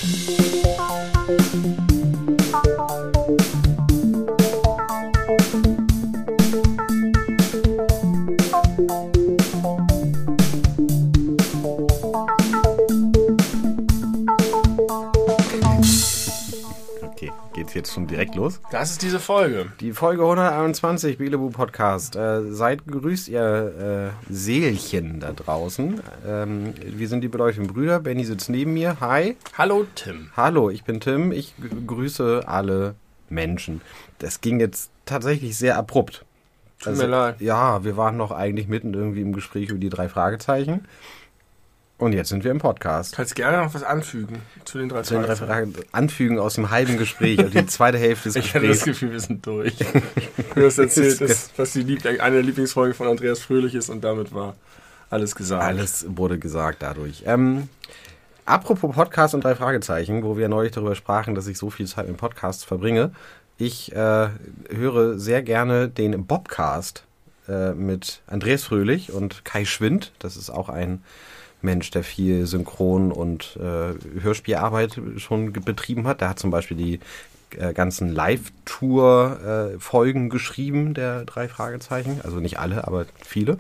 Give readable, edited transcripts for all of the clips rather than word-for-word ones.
Geht's jetzt schon direkt los? Das ist diese Folge. Die Folge 121, Belebu Podcast. Seid gegrüßt, ihr Seelchen da draußen. Wir sind die beleuchteten Brüder. Benny sitzt neben mir. Hi. Hallo, Tim. Hallo, ich bin Tim. Ich grüße alle Menschen. Das ging jetzt tatsächlich sehr abrupt. Tut mir leid. Ja, wir waren noch eigentlich mitten irgendwie im Gespräch über die 3 Fragezeichen. Und jetzt sind wir im Podcast. Kannst gerne noch was anfügen zu den 3 Fragezeichen. Anfügen aus dem halben Gespräch, also die zweite Hälfte des Gesprächs. Ich hatte das Gefühl, wir sind durch. Du hast erzählt, was eine der Lieblingsfolge von Andreas Fröhlich ist und damit war alles gesagt. Alles wurde gesagt dadurch. Apropos Podcast und 3 Fragezeichen, wo wir neulich darüber sprachen, dass ich so viel Zeit mit Podcasts verbringe. Ich höre sehr gerne den Bobcast mit Andreas Fröhlich und Kai Schwind. Das ist auch ein Mensch, der viel Synchron- und Hörspielarbeit schon betrieben hat. Der hat zum Beispiel die ganzen Live-Tour-Folgen geschrieben, der 3 Fragezeichen. Also nicht alle, aber viele.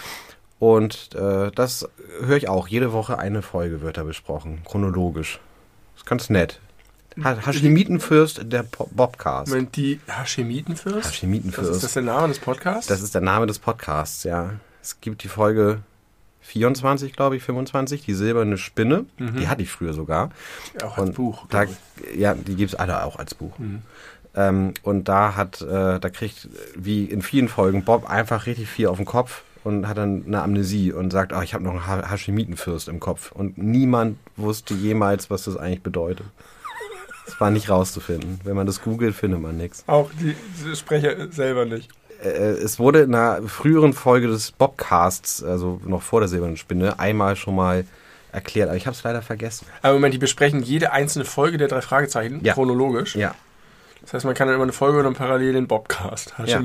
Und das höre ich auch. Jede Woche eine Folge wird da besprochen, chronologisch. Ist ganz nett. Hashemitenfürst, der Bobcast. Moment, die Hashemitenfürst? Hashemitenfürst. Ist das der Name des Podcasts? Das ist der Name des Podcasts, ja. Es gibt die Folge 24, glaube ich, 25, die silberne Spinne. Mhm. Die hatte ich früher sogar. Auch als Buch. Ja, die gibt es alle auch als Buch. Mhm. Und da kriegt, wie in vielen Folgen, Bob einfach richtig viel auf den Kopf und hat dann eine Amnesie und sagt, ich habe noch einen Hashemitenfürst im Kopf. Und niemand wusste jemals, was das eigentlich bedeutet. Das war nicht rauszufinden. Wenn man das googelt, findet man nichts. Auch die Sprecher selber nicht. Es wurde in einer früheren Folge des Bobcasts, also noch vor der silbernen Spinne, einmal schon mal erklärt, aber ich habe es leider vergessen. Aber Moment, die besprechen jede einzelne Folge der 3 Fragezeichen, ja, chronologisch? Ja. Das heißt, man kann dann immer eine Folge und dann parallel den Bobcast. Ja,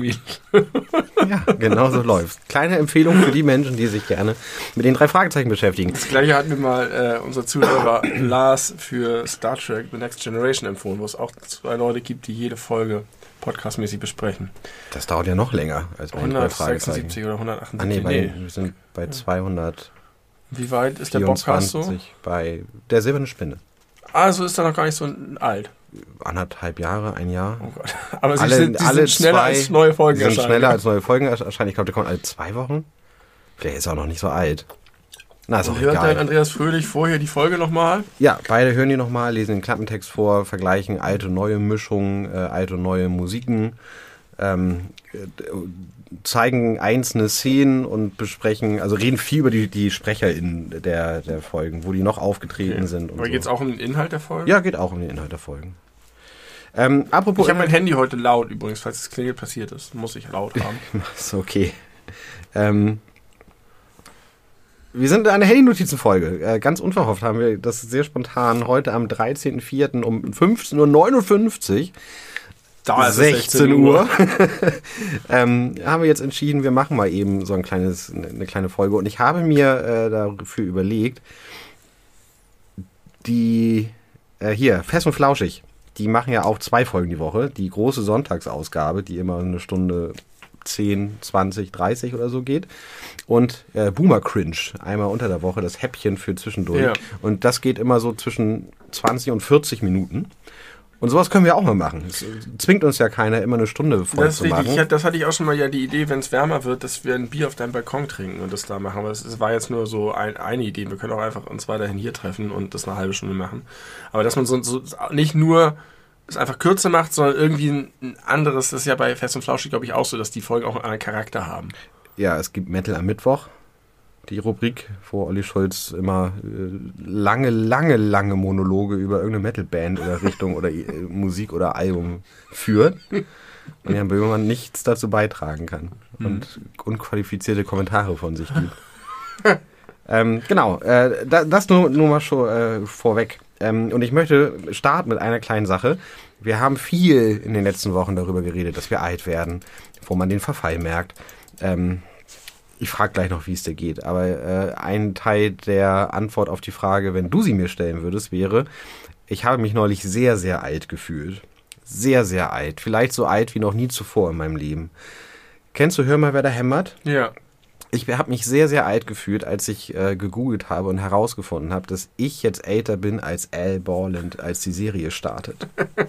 genau so läuft's. Kleine Empfehlung für die Menschen, die sich gerne mit den 3 Fragezeichen beschäftigen. Das gleiche hat mir mal unser Zuhörer Lars für Star Trek The Next Generation empfohlen, wo es auch 2 Leute gibt, die jede Folge podcastmäßig besprechen. Das dauert ja noch länger als bei 176 oder 178. Nee, wir sind bei 200. Wie weit ist der Podcast so? Bei der silbernen Spinne. Also ist er noch gar nicht so alt. 1,5 Jahre, 1 Jahr. Oh Gott. Aber sie sind schneller als neue Folgen erscheinen. Sie sind schneller als neue Folgen erscheinen. Ich glaube, der kommt alle 2 Wochen. Der ist auch noch nicht so alt. Na, ist auch egal. Hört Andreas Fröhlich vorher die Folge nochmal? Ja, beide hören die nochmal, lesen den Klappentext vor, vergleichen alte, neue Mischungen, alte, neue Musiken, zeigen einzelne Szenen und besprechen, also reden viel über die SprecherInnen der Folgen, wo die noch aufgetreten sind. Und aber geht es auch um den Inhalt der Folgen? Ja, geht auch um den Inhalt der Folgen. Apropos, ich habe mein Handy heute laut übrigens, falls es klingelt passiert ist. Muss ich laut haben. Ist okay. Wir sind in einer Handy-Notizen-Folge. Ganz unverhofft haben wir das sehr spontan heute am 13.04. um 15.59 Uhr. Da ist 16 Uhr. Haben wir jetzt entschieden, wir machen mal eben so eine kleine Folge. Und ich habe mir dafür überlegt, Fest und Flauschig, die machen ja auch 2 Folgen die Woche. Die große Sonntagsausgabe, die immer eine Stunde 10, 20, 30 oder so geht. Und Boomer Cringe, einmal unter der Woche, das Häppchen für zwischendurch. Ja. Und das geht immer so zwischen 20 und 40 Minuten. Und sowas können wir auch mal machen. Es zwingt uns ja keiner, immer eine Stunde voll zu machen. Das hatte ich auch schon mal die Idee, wenn es wärmer wird, dass wir ein Bier auf deinem Balkon trinken und das da machen. Aber es war jetzt nur so eine Idee. Wir können auch einfach uns weiterhin hier treffen und das eine halbe Stunde machen. Aber dass man so nicht nur es einfach kürzer macht, sondern irgendwie ein anderes, das ist ja bei Fest und Flauschig, glaube ich, auch so, dass die Folgen auch einen Charakter haben. Ja, es gibt Metal am Mittwoch, die Rubrik, wo Olli Schulz immer lange Monologe über irgendeine Metalband oder Richtung oder Musik oder Album führt und Jan Böhmermann nichts dazu beitragen kann und unqualifizierte Kommentare von sich gibt. Genau, das nur mal schon vorweg. Und ich möchte starten mit einer kleinen Sache. Wir haben viel in den letzten Wochen darüber geredet, dass wir alt werden, wo man den Verfall merkt. Ich frage gleich noch, wie es dir geht, aber ein Teil der Antwort auf die Frage, wenn du sie mir stellen würdest, wäre, Ich habe mich neulich sehr, sehr alt gefühlt. Sehr, sehr alt. Vielleicht so alt wie noch nie zuvor in meinem Leben. Kennst du Hör mal, wer da hämmert? Ja. Ich habe mich sehr, sehr alt gefühlt, als ich gegoogelt habe und herausgefunden habe, dass ich jetzt älter bin als Al Borland, als die Serie startet.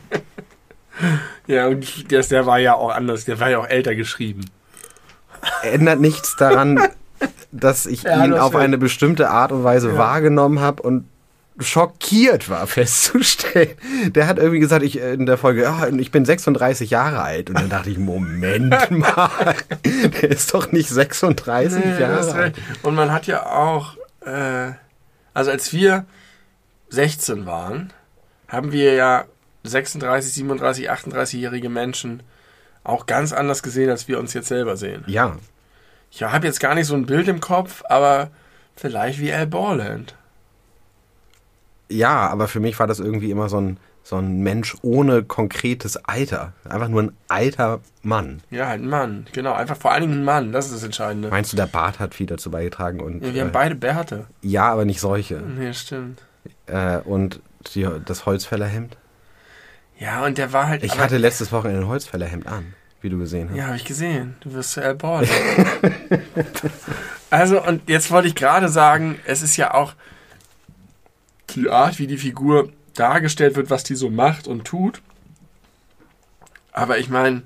Ja, und der war ja auch anders. Der war ja auch älter geschrieben. Ändert nichts daran, dass ich ihn auf eine bestimmte Art und Weise wahrgenommen habe und schockiert war, festzustellen. Der hat irgendwie gesagt, in der Folge, ich bin 36 Jahre alt. Und dann dachte ich, Moment mal, der ist doch nicht 36 Jahre alt. Und man hat ja auch, also als wir 16 waren, haben wir ja 36, 37, 38-jährige Menschen auch ganz anders gesehen, als wir uns jetzt selber sehen. Ja. Ich habe jetzt gar nicht so ein Bild im Kopf, aber vielleicht wie Al Borland. Ja, aber für mich war das irgendwie immer so ein Mensch ohne konkretes Alter. Einfach nur ein alter Mann. Ja, halt ein Mann. Genau, einfach vor allen Dingen ein Mann. Das ist das Entscheidende. Meinst du, der Bart hat viel dazu beigetragen? Und, ja, wir haben beide Bärte. Ja, aber nicht solche. Nee, stimmt. Und das Holzfällerhemd? Ja, und der war halt... Ich hatte letztes Wochenende ein Holzfällerhemd an, wie du gesehen hast. Ja, habe ich gesehen. Du wirst zu Al Borland. Also, und jetzt wollte ich gerade sagen, es ist ja auch die Art, wie die Figur dargestellt wird, was die so macht und tut. Aber ich meine,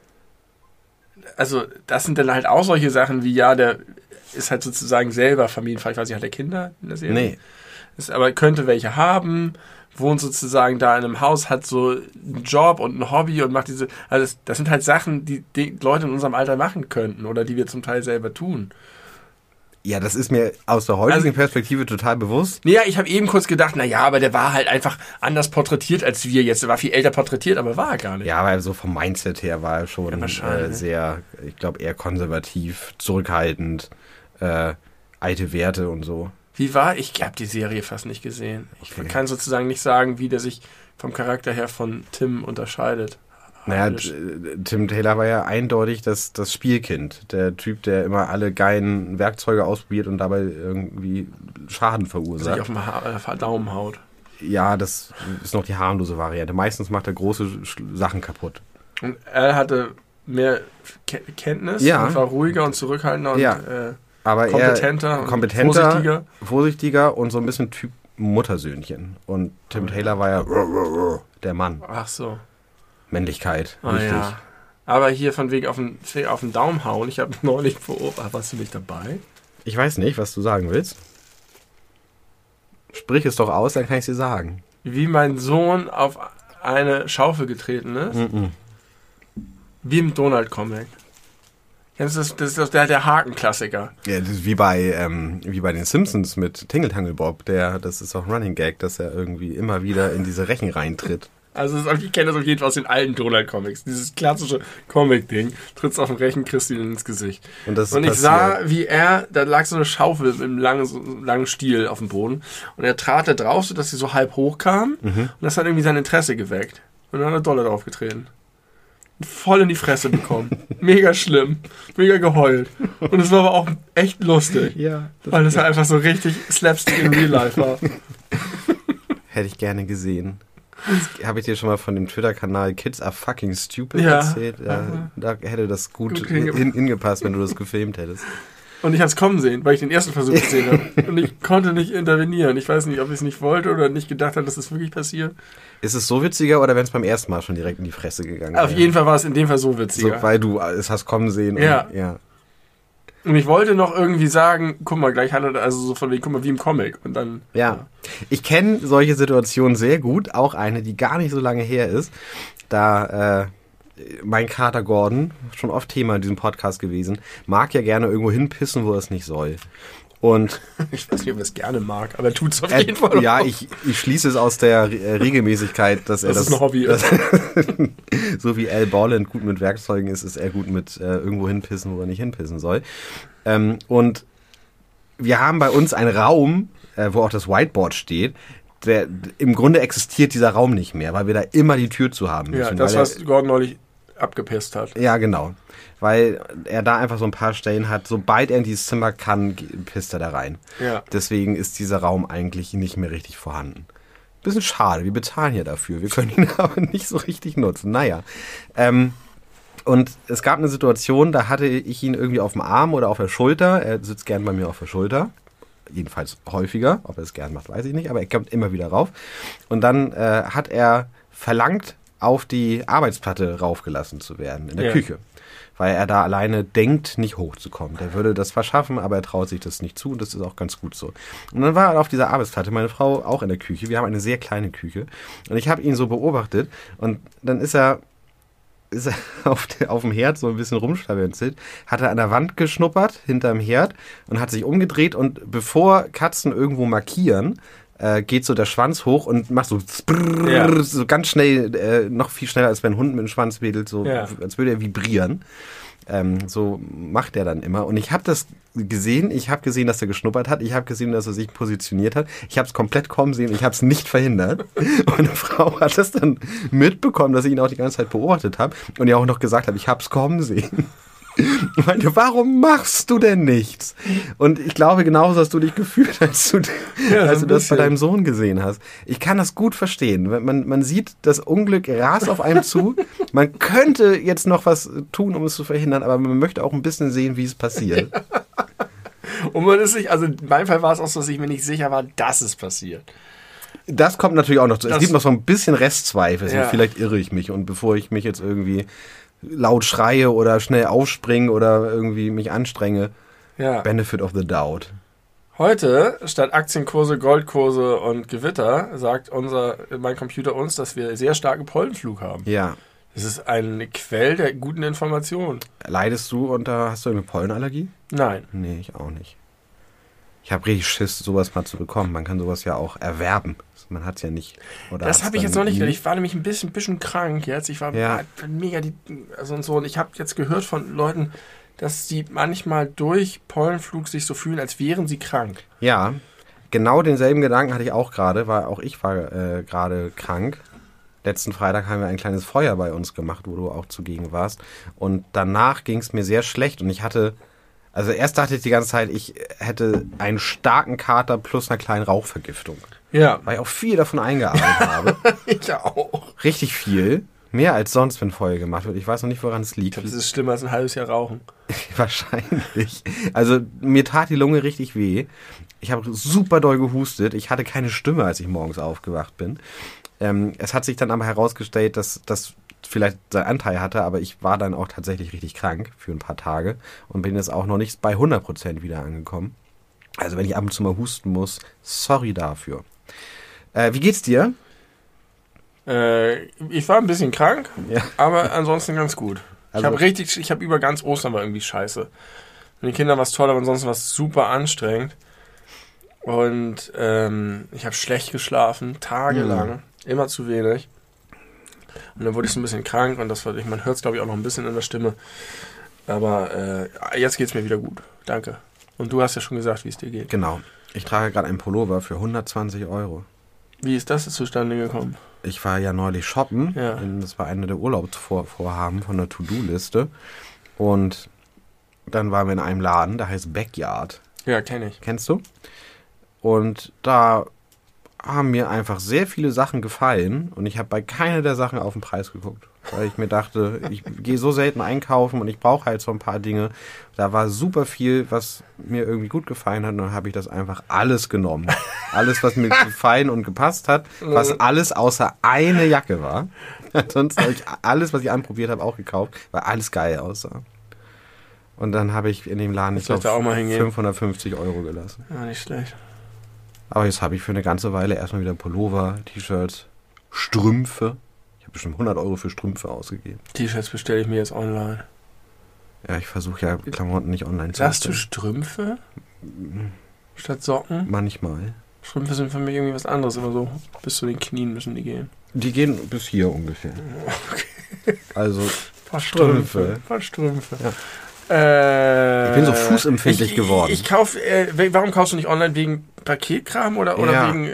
also das sind dann halt auch solche Sachen wie, ja, der ist halt sozusagen selber Familienvater. Ich weiß nicht, hat der Kinder in der Serie? Nee. Aber könnte welche haben, wohnt sozusagen da in einem Haus, hat so einen Job und ein Hobby und macht diese, also das sind halt Sachen, die Leute in unserem Alter machen könnten oder die wir zum Teil selber tun. Ja, das ist mir aus der heutigen Perspektive total bewusst. Naja, ich habe eben kurz gedacht, aber der war halt einfach anders porträtiert als wir jetzt. Er war viel älter porträtiert, aber war er gar nicht. Ja, weil so vom Mindset her war er schon sehr, ich glaube, eher konservativ, zurückhaltend, alte Werte und so. Wie war? Ich habe die Serie fast nicht gesehen. Ich kann sozusagen nicht sagen, wie der sich vom Charakter her von Tim unterscheidet. Naja, Tim Taylor war ja eindeutig das Spielkind. Der Typ, der immer alle geilen Werkzeuge ausprobiert und dabei irgendwie Schaden verursacht. Sich auf den Daumen haut. Ja, das ist noch die harmlose Variante. Meistens macht er große Sachen kaputt. Und er hatte mehr Kenntnis und war ruhiger und zurückhaltender und aber kompetenter, vorsichtiger und so ein bisschen Typ Muttersöhnchen. Und Tim Taylor war ja der Mann. Ach so. Männlichkeit, richtig. Ja. Aber hier von wegen auf den Daumen hauen. Ich habe neulich beobachtet. Warst du nicht dabei? Ich weiß nicht, was du sagen willst. Sprich es doch aus, dann kann ich es dir sagen. Wie mein Sohn auf eine Schaufel getreten ist. Wie im Donald-Comic. Das ist der Haken-Klassiker. Ja, das ist wie bei den Simpsons mit Tingle Tangle Bob. Das ist auch ein Running Gag, dass er irgendwie immer wieder in diese Rechen reintritt. Also ich kenne das auf jeden Fall aus den alten Donald-Comics. Dieses klassische Comic-Ding. Trittst auf den Rechen, kriegst ihn ins Gesicht. Und ich sah, wie da lag so eine Schaufel im langen Stiel auf dem Boden. Und er trat da drauf, sodass sie so halb hoch kam. Und das hat irgendwie sein Interesse geweckt. Und dann hat er Dollar draufgetreten. Voll in die Fresse bekommen. Mega schlimm. Mega geheult. Und es war aber auch echt lustig. Ja. Weil es halt einfach so richtig Slapstick in Real Life war. Hätte ich gerne gesehen. Habe ich dir schon mal von dem Twitter-Kanal Kids Are Fucking Stupid erzählt? Ja, da hätte das gut hingepasst, wenn du das gefilmt hättest. Und ich habe es kommen sehen, weil ich den ersten Versuch gesehen habe. Und ich konnte nicht intervenieren. Ich weiß nicht, ob ich es nicht wollte oder nicht gedacht habe, dass das wirklich passiert. Ist es so witziger oder wenn es beim ersten Mal schon direkt in die Fresse gegangen wäre? Auf jeden Fall war es in dem Fall so witziger. So, weil du es hast kommen sehen. Ja. Und ich wollte noch irgendwie sagen, guck mal, gleich handelt also so von wegen, guck mal, wie im Comic. Und dann. Ja. Ich kenne solche Situationen sehr gut. Auch eine, die gar nicht so lange her ist. Da mein Kater Gordon, schon oft Thema in diesem Podcast gewesen, mag ja gerne irgendwo hinpissen, wo er es nicht soll. Und ich weiß nicht, ob er es gerne mag, aber er tut es auf jeden Fall. Ja, ich schließe es aus der Regelmäßigkeit, dass er das ein Hobby ist. So wie Al Borland gut mit Werkzeugen ist er gut mit irgendwo hinpissen, wo er nicht hinpissen soll. Und wir haben bei uns einen Raum, wo auch das Whiteboard steht. Im Grunde existiert dieser Raum nicht mehr, weil wir da immer die Tür zu haben müssen. Ja, das, was Gordon neulich abgepisst hat. Ja, genau. Weil er da einfach so ein paar Stellen hat, sobald er in dieses Zimmer kann, pisst er da rein. Ja. Deswegen ist dieser Raum eigentlich nicht mehr richtig vorhanden. bisschen schade. Wir bezahlen ja dafür. Wir können ihn aber nicht so richtig nutzen. Naja. Und es gab eine Situation, da hatte ich ihn irgendwie auf dem Arm oder auf der Schulter. Er sitzt gern bei mir auf der Schulter. Jedenfalls häufiger. Ob er es gern macht, weiß ich nicht. Aber er kommt immer wieder rauf. Und dann hat er verlangt, auf die Arbeitsplatte raufgelassen zu werden in der Küche. Weil er da alleine denkt, nicht hochzukommen. Der würde das verschaffen, aber er traut sich das nicht zu und das ist auch ganz gut so. Und dann war er auf dieser Arbeitsplatte, meine Frau auch in der Küche. Wir haben eine sehr kleine Küche und ich habe ihn so beobachtet und dann ist er auf dem Herd so ein bisschen rumschlawenzelt, hat er an der Wand geschnuppert, hinterm Herd und hat sich umgedreht und bevor Katzen irgendwo markieren, geht so der Schwanz hoch und macht so sprrrr, so ganz schnell, noch viel schneller, als wenn ein Hund mit dem Schwanz wedelt, so als würde er vibrieren. So macht er dann immer. Und ich habe das gesehen, ich habe gesehen, dass er geschnuppert hat, ich habe gesehen, dass er sich positioniert hat, ich habe es komplett kommen sehen, ich habe es nicht verhindert. Meine Frau hat das dann mitbekommen, dass ich ihn auch die ganze Zeit beobachtet habe und ihr auch noch gesagt habe, ich habe es kommen sehen. Ich meinte, warum machst du denn nichts? Und ich glaube, genauso hast du dich gefühlt, als du das bei deinem Sohn gesehen hast. Ich kann das gut verstehen. Man sieht, das Unglück rast auf einem zu. Man könnte jetzt noch was tun, um es zu verhindern, aber man möchte auch ein bisschen sehen, wie es passiert. Und man ist sich, also in meinem Fall war es auch so, dass ich mir nicht sicher war, dass es passiert. Das kommt natürlich auch noch zu. Es gibt noch so ein bisschen Restzweifel. Ja. Vielleicht irre ich mich. Und bevor ich mich jetzt irgendwie laut schreie oder schnell aufspringe oder irgendwie mich anstrenge. Benefit of the doubt. Heute, statt Aktienkurse, Goldkurse und Gewitter, sagt mein Computer uns, dass wir sehr starken Pollenflug haben. Ja. Das ist eine Quelle der guten Informationen. Leidest du und hast du eine Pollenallergie? Nein. Nee, ich auch nicht. Ich habe richtig Schiss, sowas mal zu bekommen. Man kann sowas ja auch erwerben. Man hat es ja nicht. Oder das habe ich jetzt noch nicht gehört. Ich war nämlich ein bisschen krank jetzt. Ich war mega und ich habe jetzt gehört von Leuten, dass sie manchmal durch Pollenflug sich so fühlen, als wären sie krank. Ja, genau denselben Gedanken hatte ich auch gerade, weil auch ich war gerade krank. Letzten Freitag haben wir ein kleines Feuer bei uns gemacht, wo du auch zugegen warst. Und danach ging es mir sehr schlecht und ich hatte... Also erst dachte ich die ganze Zeit, ich hätte einen starken Kater plus einer kleinen Rauchvergiftung. Ja. Weil ich auch viel davon eingeatmet habe. Ich auch. Richtig viel. Mehr als sonst, wenn Feuer gemacht wird. Ich weiß noch nicht, woran es liegt. Ich glaube, das ist schlimmer als ein halbes Jahr rauchen. Wahrscheinlich. Also mir tat die Lunge richtig weh. Ich habe super doll gehustet. Ich hatte keine Stimme, als ich morgens aufgewacht bin. Es hat sich dann aber herausgestellt, dass das vielleicht seinen Anteil hatte, aber ich war dann auch tatsächlich richtig krank für ein paar Tage und bin jetzt auch noch nicht bei 100% wieder angekommen. Also wenn ich ab und zu mal husten muss, sorry dafür. Wie geht's dir? Ich war ein bisschen krank, aber ansonsten ganz gut. Also, ich habe über ganz Ostern war irgendwie scheiße. Mit den Kindern war es toll, aber ansonsten war es super anstrengend. Und ich habe schlecht geschlafen, tagelang, immer zu wenig. Und dann wurde ich so ein bisschen krank und man hört es, glaube ich, auch noch ein bisschen in der Stimme. Aber jetzt geht es mir wieder gut. Danke. Und du hast ja schon gesagt, wie es dir geht. Genau. Ich trage gerade einen Pullover für 120 €. Wie ist das zustande gekommen? Ich war ja neulich shoppen. Ja. Das war eine der Urlaubsvorhaben von der To-Do-Liste. Und dann waren wir in einem Laden, der heißt Backyard. Ja, kenne ich. Kennst du? Und da haben mir einfach sehr viele Sachen gefallen und ich habe bei keiner der Sachen auf den Preis geguckt, weil ich mir dachte, ich gehe so selten einkaufen und ich brauche halt so ein paar Dinge. Da war super viel, was mir irgendwie gut gefallen hat und dann habe ich das einfach alles genommen. Alles, was mir gefallen und gepasst hat, was alles außer eine Jacke war. Sonst habe ich alles, was ich anprobiert habe, auch gekauft, weil alles geil aussah. Und dann habe ich in dem Laden, ich glaube, 550 € gelassen. Ja, nicht schlecht. Aber jetzt habe ich für eine ganze Weile erstmal wieder Pullover, T-Shirts, Strümpfe. Ich habe bestimmt 100 € für Strümpfe ausgegeben. T-Shirts bestelle ich mir jetzt online. Ja, ich versuche ja Klamotten nicht online zu bestellen. Hast du Strümpfe? Statt Socken? Manchmal. Strümpfe sind für mich irgendwie was anderes. Immer so bis zu den Knien müssen die gehen. Die gehen bis hier ungefähr. Okay. Also paar Strümpfe. Ja. Ich bin so fußempfindlich geworden. Warum kaufst du nicht online? Wegen Paketkram oder wegen...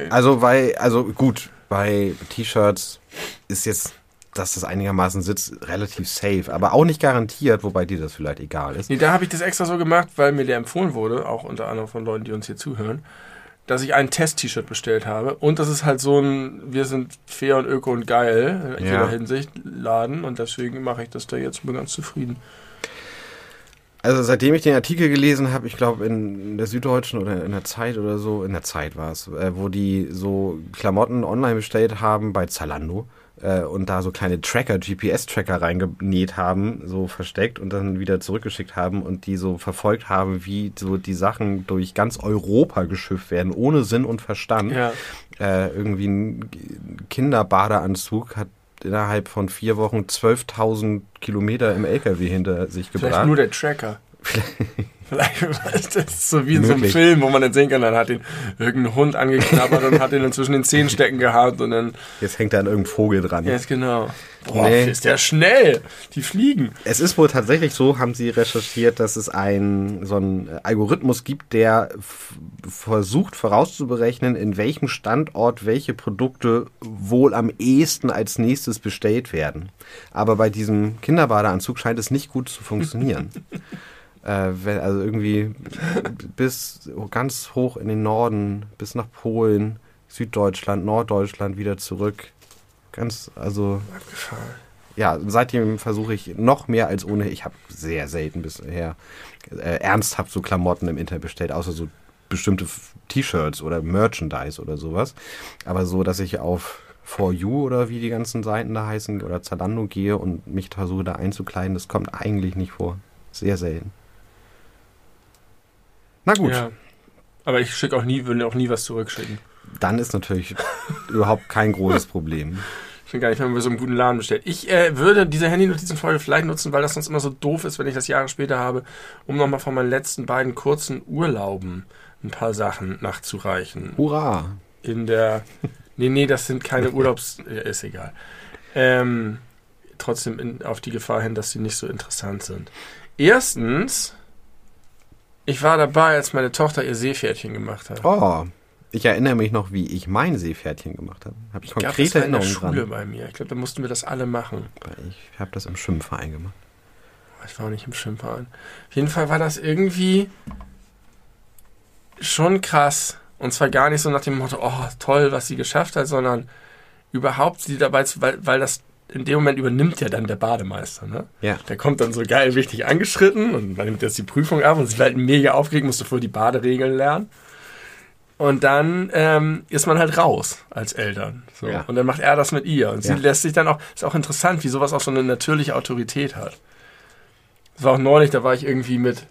Bei T-Shirts ist jetzt, dass das einigermaßen sitzt, relativ safe, aber auch nicht garantiert, wobei dir das vielleicht egal ist. Nee, da habe ich das extra so gemacht, weil mir der empfohlen wurde, auch unter anderem von Leuten, die uns hier zuhören, dass ich ein Test-T-Shirt bestellt habe. Und das ist halt so ein, wir sind fair und öko und geil in jeder Hinsicht Laden. Und deswegen mache ich das da jetzt und bin ganz zufrieden. Also seitdem ich den Artikel gelesen habe, ich glaube in der Süddeutschen oder in der Zeit oder so, in der Zeit war es, wo die so Klamotten online bestellt haben bei Zalando und da so kleine Tracker, GPS-Tracker reingenäht haben, so versteckt und dann wieder zurückgeschickt haben und die so verfolgt haben, wie so die Sachen durch ganz Europa geschifft werden, ohne Sinn und Verstand. Ja. Irgendwie ein Kinderbadeanzug hat innerhalb von 4 Wochen 12.000 Kilometer im LKW hinter sich gebracht. Vielleicht nur der Tracker. Vielleicht ist das so wie in so einem Film, wo man dann sehen kann, dann hat ihn irgendein Hund angeknabbert und hat ihn dann zwischen den Zähnen stecken gehabt und dann... Jetzt hängt da an irgendeinem Vogel dran. Jetzt genau. Boah, ist der schnell. Die fliegen. Es ist wohl tatsächlich so, haben sie recherchiert, dass es so einen Algorithmus gibt, der versucht vorauszuberechnen, in welchem Standort welche Produkte wohl am ehesten als nächstes bestellt werden. Aber bei diesem Kinderbadeanzug scheint es nicht gut zu funktionieren. Also irgendwie bis ganz hoch in den Norden, bis nach Polen, Süddeutschland, Norddeutschland wieder zurück. Abgefahren. Ja, seitdem versuche ich noch mehr als ohne. Ich habe sehr selten bisher ernsthaft so Klamotten im Internet bestellt, außer so bestimmte T-Shirts oder Merchandise oder sowas. Aber so, dass ich auf For You oder wie die ganzen Seiten da heißen oder Zalando gehe und mich versuche da einzukleiden, das kommt eigentlich nicht vor. Sehr selten. Na gut. Ja, aber ich will auch nie was zurückschicken. Dann ist natürlich überhaupt kein großes Problem. Ich finde gar nicht, wenn man bei so einem guten Laden bestellt. Ich würde diese Handy-Notizen-Folge vielleicht nutzen, weil das sonst immer so doof ist, wenn ich das Jahre später habe, um nochmal von meinen letzten beiden kurzen Urlauben ein paar Sachen nachzureichen. Hurra! Nee, das sind keine ist egal. Trotzdem auf die Gefahr hin, dass sie nicht so interessant sind. Erstens, ich war dabei, als meine Tochter ihr Seepferdchen gemacht hat. Oh, ich erinnere mich noch, wie ich mein Seepferdchen gemacht habe. Habe ich konkrete Erinnerungen dran. In der Schule bei mir. Ich glaube, da mussten wir das alle machen. Ich habe das im Schwimmverein gemacht. Ich war auch nicht im Schwimmverein. Auf jeden Fall war das irgendwie schon krass. Und zwar gar nicht so nach dem Motto, oh, toll, was sie geschafft hat, sondern überhaupt sie dabei, weil das in dem Moment übernimmt ja dann der Bademeister, ne? Ja. Der kommt dann so geil richtig angeschritten und man nimmt jetzt die Prüfung ab und sie war halt mega aufgeregt, musste vorher die Baderegeln lernen. Und dann ist man halt raus als Eltern. So. Ja. Und dann macht er das mit ihr. Und sie lässt sich dann auch, ist auch interessant, wie sowas auch so eine natürliche Autorität hat. Das war auch neulich, da war ich irgendwie mit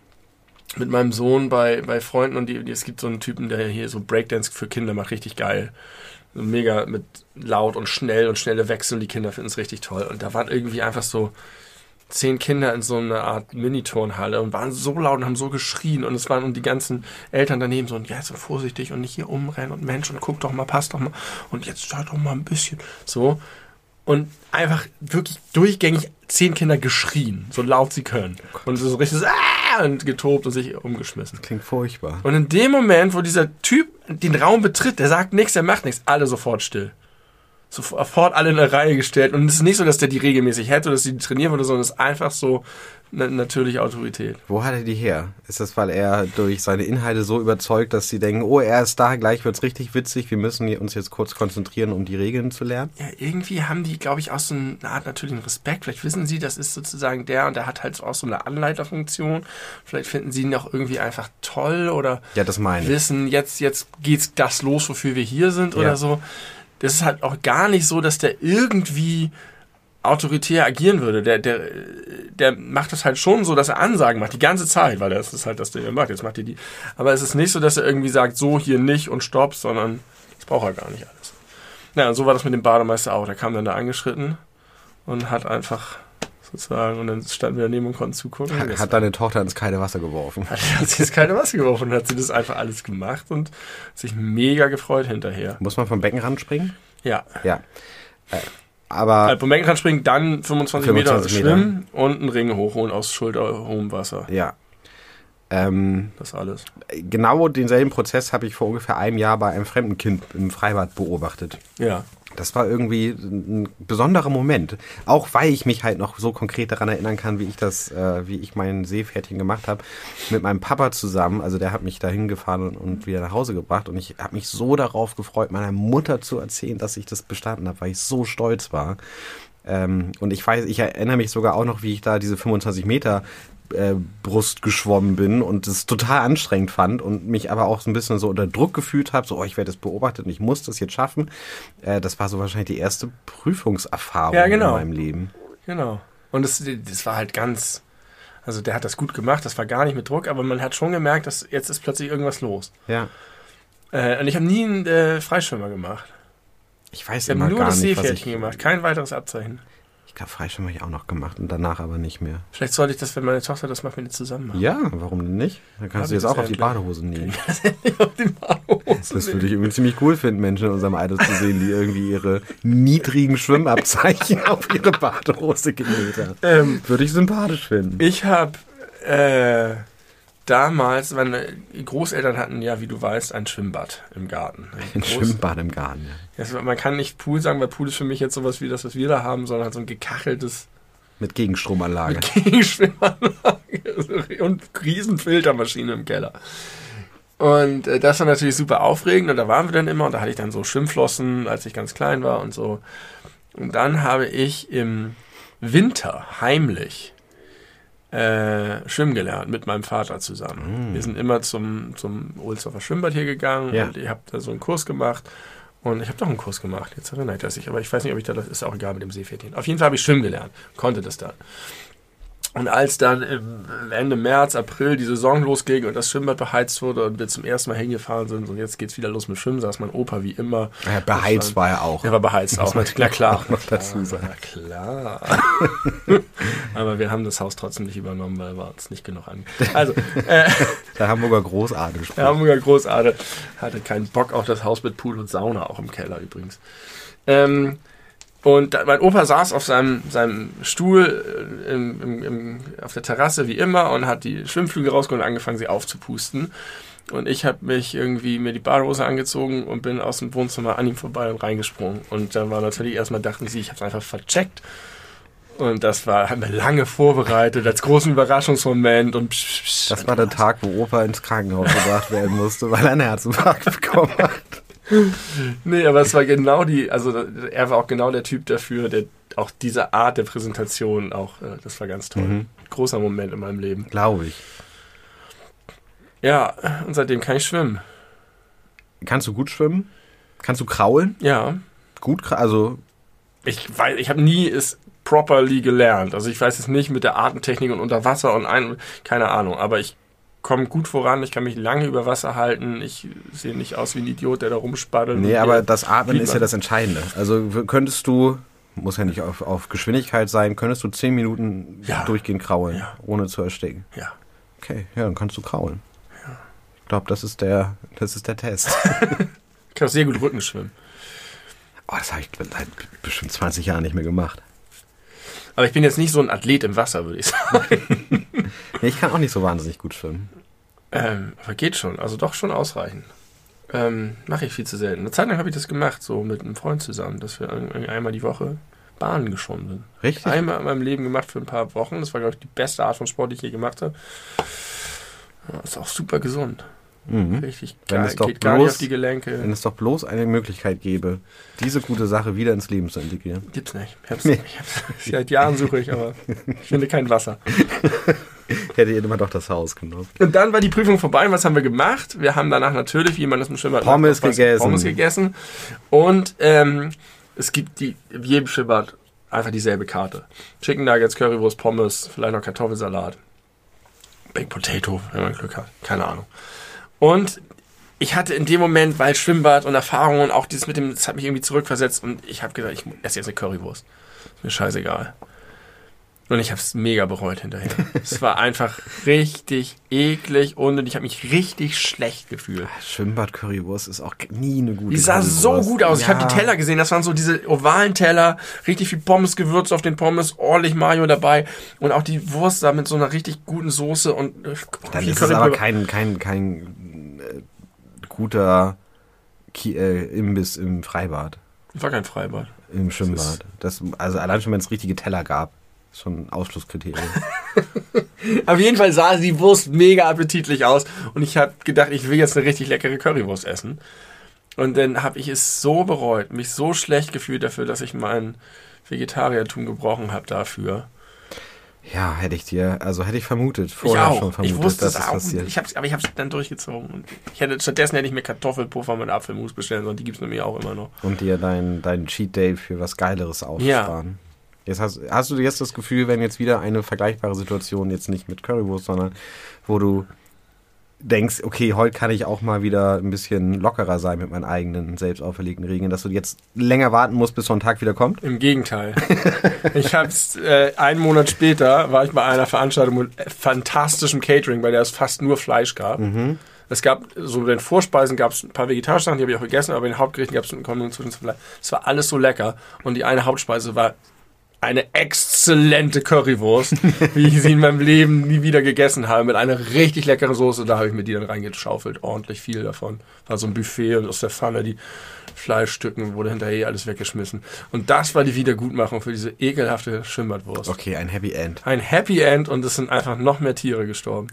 meinem Sohn bei Freunden und es gibt so einen Typen, der hier so Breakdance für Kinder macht, richtig geil. So mega mit laut und schnelle Wechsel und die Kinder finden es richtig toll. Und da waren irgendwie einfach so 10 Kinder in so einer Art Mini-Turnhalle und waren so laut und haben so geschrien und die ganzen Eltern daneben so, und ja, so vorsichtig und nicht hier umrennen und Mensch und guck doch mal, passt doch mal und jetzt schau doch mal ein bisschen. So. Und einfach wirklich durchgängig 10 Kinder geschrien, so laut sie können. Und so richtig so, und getobt und sich umgeschmissen. Das klingt furchtbar. Und in dem Moment, wo dieser Typ den Raum betritt, der sagt nichts, der macht nichts, alle sofort still. Sofort alle in eine Reihe gestellt. Und es ist nicht so, dass der die regelmäßig hätte oder dass sie die trainieren würde, sondern es ist einfach so eine natürliche Autorität. Wo hat er die her? Ist das, weil er durch seine Inhalte so überzeugt, dass sie denken, oh, er ist da, gleich wird's richtig witzig, wir müssen uns jetzt kurz konzentrieren, um die Regeln zu lernen? Ja, irgendwie haben die, glaube ich, auch so eine Art natürlichen Respekt. Vielleicht wissen sie, das ist sozusagen der und der hat halt auch so eine Anleiterfunktion. Vielleicht finden sie ihn auch irgendwie einfach toll oder ja, das meine ich. Wissen, jetzt geht's das los, wofür wir hier sind oder so. Das ist halt auch gar nicht so, dass der irgendwie autoritär agieren würde. Der macht das halt schon so, dass er Ansagen macht, die ganze Zeit, weil das ist halt das, der macht. Jetzt macht er die. Aber es ist nicht so, dass er irgendwie sagt, so, hier nicht und stopp, sondern das braucht er gar nicht alles. Ja, und so war das mit dem Bademeister auch. Der kam dann da angeschritten und hat einfach sozusagen, und dann standen wir daneben und konnten zugucken. Hat deine Tochter ins kalte Wasser geworfen? Hat sie ins kalte Wasser geworfen und hat sie das einfach alles gemacht und sich mega gefreut hinterher. Muss man vom Beckenrand springen? Ja. Ja. Aber vom Beckenrand springen, dann 25 Meter schwimmen und einen Ring hochholen aus schulterhohem Wasser. Ja. Das alles. Genau denselben Prozess habe ich vor ungefähr einem Jahr bei einem fremden Kind im Freibad beobachtet. Ja. Das war irgendwie ein besonderer Moment. Auch weil ich mich halt noch so konkret daran erinnern kann, wie ich mein Seepferdchen gemacht habe. Mit meinem Papa zusammen. Also der hat mich da hingefahren und wieder nach Hause gebracht. Und ich habe mich so darauf gefreut, meiner Mutter zu erzählen, dass ich das bestanden habe, weil ich so stolz war. Und ich erinnere mich sogar auch noch, wie ich da diese 25 Meter Brust geschwommen bin und es total anstrengend fand und mich aber auch so ein bisschen so unter Druck gefühlt habe, so, ich werde jetzt beobachtet und ich muss das jetzt schaffen. Das war so wahrscheinlich die erste Prüfungserfahrung in meinem Leben. Genau. Und das war halt also der hat das gut gemacht, das war gar nicht mit Druck, aber man hat schon gemerkt, dass jetzt ist plötzlich irgendwas los. Ja. Und ich habe nie einen Freischwimmer gemacht. Ich weiß Ich habe nur das Seepferdchen gemacht, kein weiteres Abzeichen. Ich glaube, Freischwimmer habe ich auch noch gemacht und danach aber nicht mehr. Vielleicht sollte ich das, wenn meine Tochter das macht, mit ihr zusammen machen. Ja, warum denn nicht? Dann kannst du jetzt auch auf die Badehose nähen. Das würde ich irgendwie ziemlich cool finden, Menschen in unserem Alter zu sehen, die irgendwie ihre niedrigen Schwimmabzeichen auf ihre Badehose genäht haben. Würde ich sympathisch finden. Ich habe damals, meine Großeltern hatten ja, wie du weißt, ein Schwimmbad im Garten. Ein Schwimmbad im Garten, ja. Ja, man kann nicht Pool sagen, weil Pool ist für mich jetzt sowas wie das, was wir da haben, sondern halt so ein gekacheltes... Mit Gegenstromanlage. Mit Gegenschwimmanlage und Riesenfiltermaschine im Keller. Und das war natürlich super aufregend und da waren wir dann immer und da hatte ich dann so Schwimmflossen, als ich ganz klein war und so. Und dann habe ich im Winter heimlich schwimmen gelernt mit meinem Vater zusammen. Wir sind immer zum Ohlsdorfer Schwimmbad hier gegangen und ich habe da so einen Kurs gemacht und ich habe doch einen Kurs gemacht, jetzt erinnere ich das nicht, aber ich weiß nicht, ob ich das ist auch egal mit dem Seepferdchen. Auf jeden Fall habe ich schwimmen gelernt, konnte das dann. Und als dann Ende März, April die Saison losging und das Schwimmbad beheizt wurde und wir zum ersten Mal hingefahren sind und jetzt geht's wieder los mit Schwimmen, saß mein Opa wie immer. Ja, beheizt war er auch. Er war beheizt auch. Na klar. Auch noch dazu sagen. Na klar. Aber wir haben das Haus trotzdem nicht übernommen, weil wir uns nicht genug an. Also, der Hamburger Großadel gesprochen. Der Hamburger Großadel hatte keinen Bock auf das Haus mit Pool und Sauna, auch im Keller übrigens. Und mein Opa saß auf seinem Stuhl auf der Terrasse wie immer und hat die Schwimmflügel rausgeholt und angefangen, sie aufzupusten. Und ich habe mich irgendwie mir die Badehose angezogen und bin aus dem Wohnzimmer an ihm vorbei und reingesprungen. Und dann war natürlich erstmal, dachten sie, ich habe es einfach vercheckt. Und das haben wir lange vorbereitet als großen Überraschungsmoment. Und das war der Tag, wo Opa ins Krankenhaus gebracht werden musste, weil er einen Herzinfarkt bekommen hat. Nee, aber es war er war auch genau der Typ dafür, der auch diese Art der Präsentation auch, das war ganz toll. Großer Moment in meinem Leben. Glaube ich. Ja, und seitdem kann ich schwimmen. Kannst du gut schwimmen? Kannst du kraulen? Ja. Gut, also... Ich habe nie es properly gelernt. Also ich weiß es nicht mit der Atemtechnik und unter Wasser und keine Ahnung, aber ich komme gut voran, ich kann mich lange über Wasser halten, ich sehe nicht aus wie ein Idiot, der da rumspaddelt. Nee, aber das Atmen ist ja das Entscheidende. Also könntest du, muss ja nicht auf Geschwindigkeit sein, könntest du 10 Minuten durchgehend kraulen, ohne zu ersticken? Ja. Okay, ja, dann kannst du kraulen. Ja. Ich glaube, das ist der Test. Ich kann auch sehr gut Rücken schwimmen. Oh, das habe ich seit bestimmt 20 Jahren nicht mehr gemacht. Aber ich bin jetzt nicht so ein Athlet im Wasser, würde ich sagen. Nee, ich kann auch nicht so wahnsinnig gut schwimmen. Aber geht schon, also doch schon ausreichend. Mache ich viel zu selten. Eine Zeit lang habe ich das gemacht, so mit einem Freund zusammen, dass wir einmal die Woche Bahnen geschwommen sind. Richtig? Einmal in meinem Leben gemacht für ein paar Wochen. Das war, glaube ich, die beste Art von Sport, die ich je gemacht habe. Ja, ist auch super gesund. Richtig geil, geht gar nicht auf die Gelenke. Wenn es doch bloß eine Möglichkeit gäbe, diese gute Sache wieder ins Leben zu integrieren. Gibt's nicht. Seit Jahren suche ich, aber ich finde kein Wasser. Hätte ihr immer doch das Haus genommen. Und dann war die Prüfung vorbei. Und was haben wir gemacht? Wir haben danach natürlich, wie man das im Schwimmbad Pommes gegessen. Und es gibt wie jedem Schwimmbad einfach dieselbe Karte. Chicken Nuggets, Currywurst, Pommes, vielleicht noch Kartoffelsalat. Baked Potato, wenn man Glück hat. Keine Ahnung. Und ich hatte in dem Moment, weil Schwimmbad und Erfahrung und auch dieses das hat mich irgendwie zurückversetzt und ich habe gesagt, ich esse jetzt eine Currywurst. Ist mir scheißegal. Und ich habe es mega bereut hinterher. Es war einfach richtig eklig und ich habe mich richtig schlecht gefühlt. Schwimmbad-Currywurst ist auch nie eine gute Die sah so gut aus. Ja. Ich habe die Teller gesehen. Das waren so diese ovalen Teller. Richtig viel Pommes, Gewürz auf den Pommes, ordentlich Mayo dabei. Und auch die Wurst da mit so einer richtig guten Soße. Und dann ist es aber kein guter Imbiss im Freibad. War kein Freibad. Im Schwimmbad. Also allein schon, wenn es richtige Teller gab. Schon ein Ausschlusskriterium. Auf jeden Fall sah die Wurst mega appetitlich aus. Und ich habe gedacht, ich will jetzt eine richtig leckere Currywurst essen. Und dann habe ich es so bereut, mich so schlecht gefühlt dafür, dass ich mein Vegetariertum gebrochen habe dafür. Ja, hätte ich vermutet. Vorher schon vermutet, ich wusste dass es es auch. passiert. Aber ich habe es dann durchgezogen. Und stattdessen hätte ich mir Kartoffelpuffer mit Apfelmus bestellen sollen. Die gibt es nämlich auch immer noch. Und dir dein Cheat Day für was Geileres aufsparen. Jetzt hast du jetzt das Gefühl, wenn jetzt wieder eine vergleichbare Situation, jetzt nicht mit Currywurst, sondern wo du denkst, okay, heute kann ich auch mal wieder ein bisschen lockerer sein mit meinen eigenen selbst auferlegten Regeln, dass du jetzt länger warten musst, bis so ein Tag wieder kommt? Im Gegenteil. Ich hab's, einen Monat später war ich bei einer Veranstaltung mit fantastischem Catering, bei der es fast nur Fleisch gab. Mhm. Es gab, so bei den Vorspeisen gab es ein paar vegetarische Sachen, die habe ich auch gegessen, aber bei den Hauptgerichten gab es eine Kombination zwischen Fleisch. Es war alles so lecker und die eine Hauptspeise war eine exzellente Currywurst, wie ich sie in meinem Leben nie wieder gegessen habe, mit einer richtig leckeren Soße. Da habe ich mir die dann reingeschaufelt, ordentlich viel davon. War so ein Buffet und aus der Pfanne die Fleischstücken wurde hinterher alles weggeschmissen. Und das war die Wiedergutmachung für diese ekelhafte Schwimmbadwurst. Okay, ein Happy End. Ein Happy End und es sind einfach noch mehr Tiere gestorben.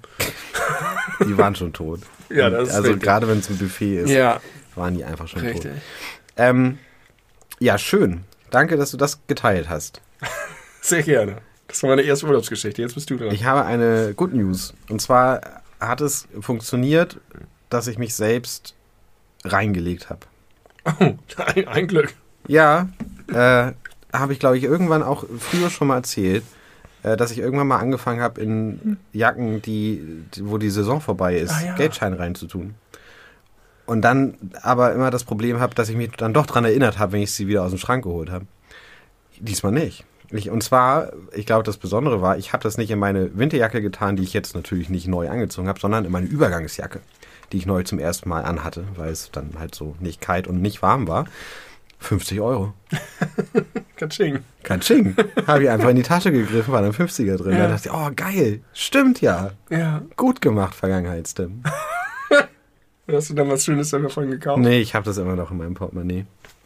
Die waren schon tot. Ja, das ist also richtig. Gerade wenn es ein Buffet ist, waren die einfach schon richtig. Tot. Ja, schön. Danke, dass du das geteilt hast. Sehr gerne. Das war meine erste Urlaubsgeschichte. Jetzt bist du dran. Ich habe eine Good News. Und zwar hat es funktioniert, dass ich mich selbst reingelegt habe. Oh, ein Glück. Ja, habe ich, glaube ich, irgendwann auch früher schon mal erzählt, dass ich irgendwann mal angefangen habe, in Jacken, wo die Saison vorbei ist, Geldschein reinzutun. Und dann aber immer das Problem habe, dass ich mich dann doch dran erinnert habe, wenn ich sie wieder aus dem Schrank geholt habe. Diesmal nicht. Und zwar, ich glaube, das Besondere war, ich habe das nicht in meine Winterjacke getan, die ich jetzt natürlich nicht neu angezogen habe, sondern in meine Übergangsjacke, die ich neu zum ersten Mal anhatte, weil es dann halt so nicht kalt und nicht warm war. 50 €. Katsching. Katsching. Habe ich einfach in die Tasche gegriffen, war dann 50er drin. Ja. Da dachte ich, oh geil, stimmt ja. Ja. Gut gemacht, Vergangenheitstim. Hast du dann was Schönes davon gekauft? Nee, ich habe das immer noch in meinem Portemonnaie.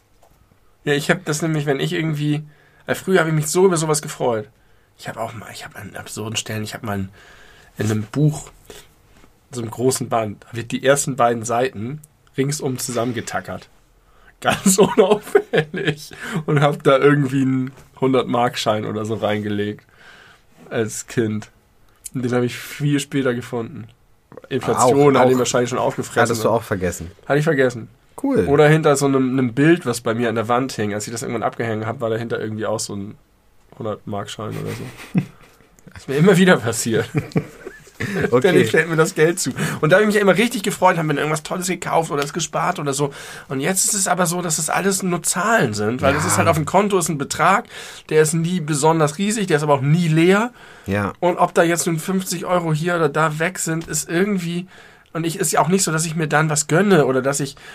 Ja, ich habe das nämlich, wenn ich irgendwie... Früher habe ich mich so über sowas gefreut. Ich habe an absurden Stellen, ich habe mal in einem Buch, so einem großen Band, da wird die ersten beiden Seiten ringsum zusammengetackert. Ganz unauffällig. Und habe da irgendwie einen 100-Mark-Schein oder so reingelegt. Als Kind. Und den habe ich viel später gefunden. Inflation hat ihn wahrscheinlich schon aufgefressen. Hattest du auch vergessen? Hatte ich vergessen. Cool. Oder hinter so einem Bild, was bei mir an der Wand hing. Als ich das irgendwann abgehängt habe, war dahinter irgendwie auch so ein 100-Mark-Schein oder so. Das ist mir immer wieder passiert. Okay. Ständig fällt mir das Geld zu. Und da habe ich mich ja immer richtig gefreut, habe mir irgendwas Tolles gekauft oder es gespart oder so. Und jetzt ist es aber so, dass es alles nur Zahlen sind, weil es ist halt auf dem Konto ist ein Betrag, der ist nie besonders riesig, der ist aber auch nie leer. Ja. Und ob da jetzt nun 50 € hier oder da weg sind, ist irgendwie... Und ist ja auch nicht so, dass ich mir dann was gönne oder dass ich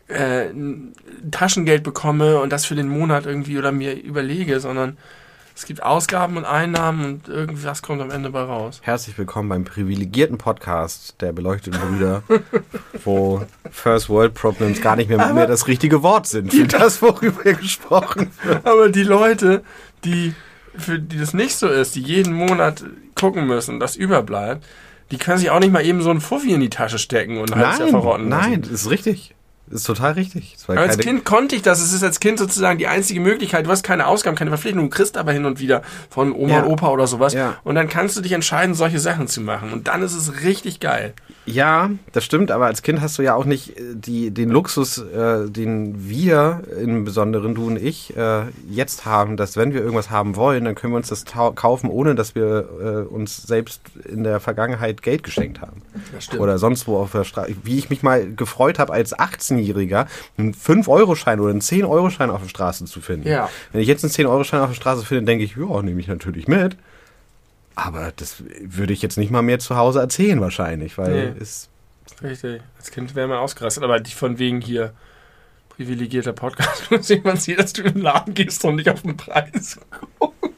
Taschengeld bekomme und das für den Monat irgendwie oder mir überlege, sondern es gibt Ausgaben und Einnahmen und irgendwas kommt am Ende bei raus. Herzlich willkommen beim privilegierten Podcast der beleuchteten Brüder, wo First World Problems gar nicht mehr das richtige Wort sind für das, worüber wir gesprochen wird. Aber die Leute, für die das nicht so ist, die jeden Monat gucken müssen, das überbleibt, die können sich auch nicht mal eben so einen Fuffi in die Tasche stecken und ein halbes Jahr verrotten lassen. Nein, das ist richtig. Das ist total richtig. Aber als Kind konnte ich das. Es ist als Kind sozusagen die einzige Möglichkeit. Du hast keine Ausgaben, keine Verpflichtungen. Du kriegst aber hin und wieder von Oma und Opa oder sowas. Ja. Und dann kannst du dich entscheiden, solche Sachen zu machen. Und dann ist es richtig geil. Ja, das stimmt. Aber als Kind hast du ja auch nicht den Luxus, den wir, im Besonderen du und ich, jetzt haben, dass wenn wir irgendwas haben wollen, dann können wir uns das kaufen, ohne dass wir uns selbst in der Vergangenheit Geld geschenkt haben. Das stimmt. Oder sonst wo auf der Straße. Wie ich mich mal gefreut habe, als 18-Jähriger einen 5-Euro-Schein oder einen 10-Euro-Schein auf der Straße zu finden. Ja. Wenn ich jetzt einen 10-Euro-Schein auf der Straße finde, denke ich, ja, nehme ich natürlich mit. Aber das würde ich jetzt nicht mal mehr zu Hause erzählen wahrscheinlich, weil es... Richtig. Als Kind wäre man ausgerastet, aber die von wegen hier privilegierter Podcast, muss jemand sehen, dass du in den Laden gehst und nicht auf den Preis guckst.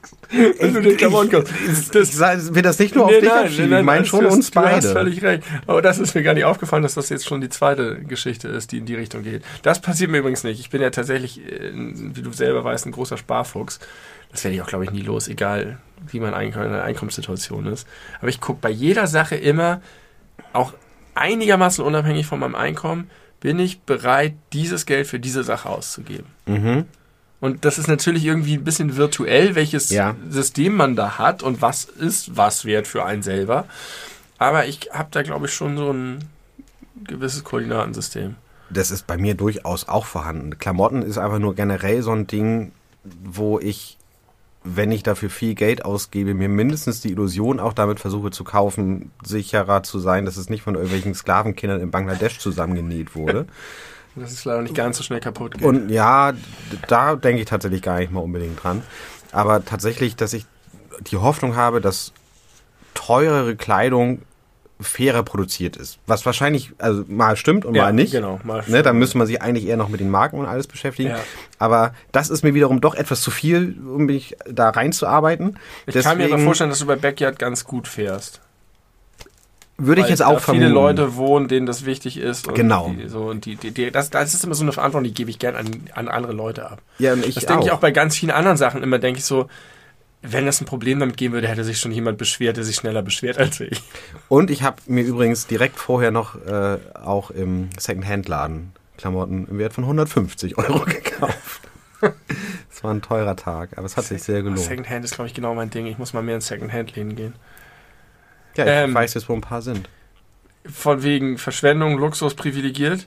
Wenn du den Klamotten kaufst. Ich will das nicht nur auf dich abschieben, ich meine schon uns beide. Du hast völlig recht. Aber das ist mir gar nicht aufgefallen, dass das jetzt schon die zweite Geschichte ist, die in die Richtung geht. Das passiert mir übrigens nicht. Ich bin ja tatsächlich, wie du selber weißt, ein großer Sparfuchs. Das werde ich auch, glaube ich, nie los, egal wie meine Einkommenssituation ist. Aber ich gucke bei jeder Sache immer, auch einigermaßen unabhängig von meinem Einkommen, bin ich bereit, dieses Geld für diese Sache auszugeben. Mhm. Und das ist natürlich irgendwie ein bisschen virtuell, welches System man da hat und was ist was wert für einen selber. Aber ich habe da, glaube ich, schon so ein gewisses Koordinatensystem. Das ist bei mir durchaus auch vorhanden. Klamotten ist einfach nur generell so ein Ding, wo ich, wenn ich dafür viel Geld ausgebe, mir mindestens die Illusion auch damit versuche zu kaufen, sicherer zu sein, dass es nicht von irgendwelchen Sklavenkindern in Bangladesch zusammengenäht wurde. Das ist leider nicht ganz so schnell kaputt geht. Und ja, da denke ich tatsächlich gar nicht mal unbedingt dran. Aber tatsächlich, dass ich die Hoffnung habe, dass teurere Kleidung fairer produziert ist. Was wahrscheinlich also mal stimmt und mal nicht. Genau, mal ne, dann müsste man sich eigentlich eher noch mit den Marken und alles beschäftigen. Ja. Aber das ist mir wiederum doch etwas zu viel, um mich da reinzuarbeiten. Ich kann mir aber vorstellen, dass du bei Backyard ganz gut fährst. Würde ich jetzt auch vermuten. Viele Leute wohnen, denen das wichtig ist. Und genau. Das ist immer so eine Verantwortung, die gebe ich gern an andere Leute ab. Ja, und das denke ich auch bei ganz vielen anderen Sachen immer, denke ich so, wenn das ein Problem damit geben würde, hätte sich schon jemand beschwert, der sich schneller beschwert als ich. Und ich habe mir übrigens direkt vorher noch auch im Secondhand-Laden Klamotten im Wert von 150 € gekauft. Das war ein teurer Tag, aber es hat sich sehr gelohnt. Secondhand ist, glaube ich, genau mein Ding. Ich muss mal mehr in Secondhand-Läden gehen. Ja, ich weiß jetzt, wo ein paar sind. Von wegen Verschwendung, Luxus, privilegiert.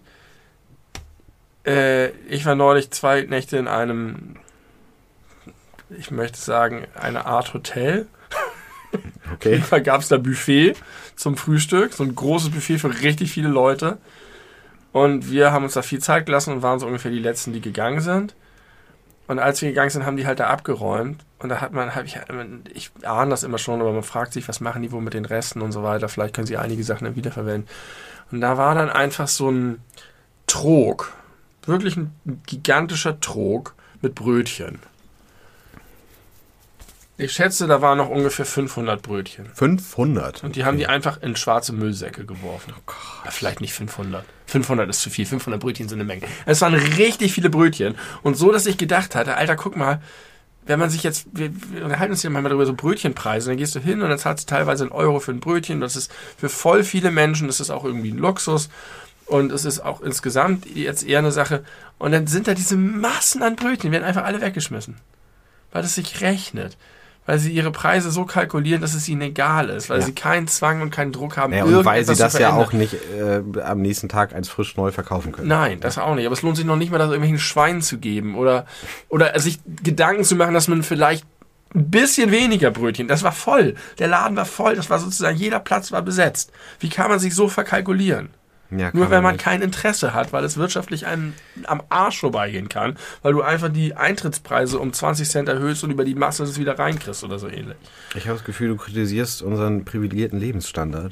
Ich war neulich 2 Nächte in einem, ich möchte sagen, eine Art Hotel. Okay. Auf jeden Fall gab es da Buffet zum Frühstück. So ein großes Buffet für richtig viele Leute. Und wir haben uns da viel Zeit gelassen und waren so ungefähr die Letzten, die gegangen sind. Und als wir gegangen sind, haben die halt da abgeräumt. Und da ich ahne das immer schon, aber man fragt sich, was machen die wohl mit den Resten und so weiter. Vielleicht können sie einige Sachen dann wiederverwenden. Und da war dann einfach so ein Trog. Wirklich ein gigantischer Trog mit Brötchen. Ich schätze, da waren noch ungefähr 500 Brötchen. 500? Und die haben die einfach in schwarze Müllsäcke geworfen. Oh Gott. Ja, vielleicht nicht 500. 500 ist zu viel. 500 Brötchen sind eine Menge. Es waren richtig viele Brötchen. Und so, dass ich gedacht hatte, Alter, guck mal, wenn man sich jetzt, wir unterhalten uns ja manchmal darüber, so Brötchenpreise, dann gehst du hin und dann zahlst du teilweise 1 € für ein Brötchen. Das ist für voll viele Menschen, das ist auch irgendwie ein Luxus. Und es ist auch insgesamt jetzt eher eine Sache. Und dann sind da diese Massen an Brötchen, die werden einfach alle weggeschmissen. Weil das sich rechnet. Weil sie ihre Preise so kalkulieren, dass es ihnen egal ist, weil sie keinen Zwang und keinen Druck haben, und weil sie das ja auch nicht am nächsten Tag als frisch neu verkaufen können. Nein, das auch nicht. Aber es lohnt sich noch nicht mal, das irgendwelchen Schweinen zu geben oder sich Gedanken zu machen, dass man vielleicht ein bisschen weniger Brötchen, das war voll. Der Laden war voll, das war sozusagen, jeder Platz war besetzt. Wie kann man sich so verkalkulieren? Ja, nur weil man kein Interesse hat, weil es wirtschaftlich einem am Arsch vorbeigehen kann, weil du einfach die Eintrittspreise um 20 Cent erhöhst und über die Masse es wieder reinkriegst oder so ähnlich. Ich habe das Gefühl, du kritisierst unseren privilegierten Lebensstandard.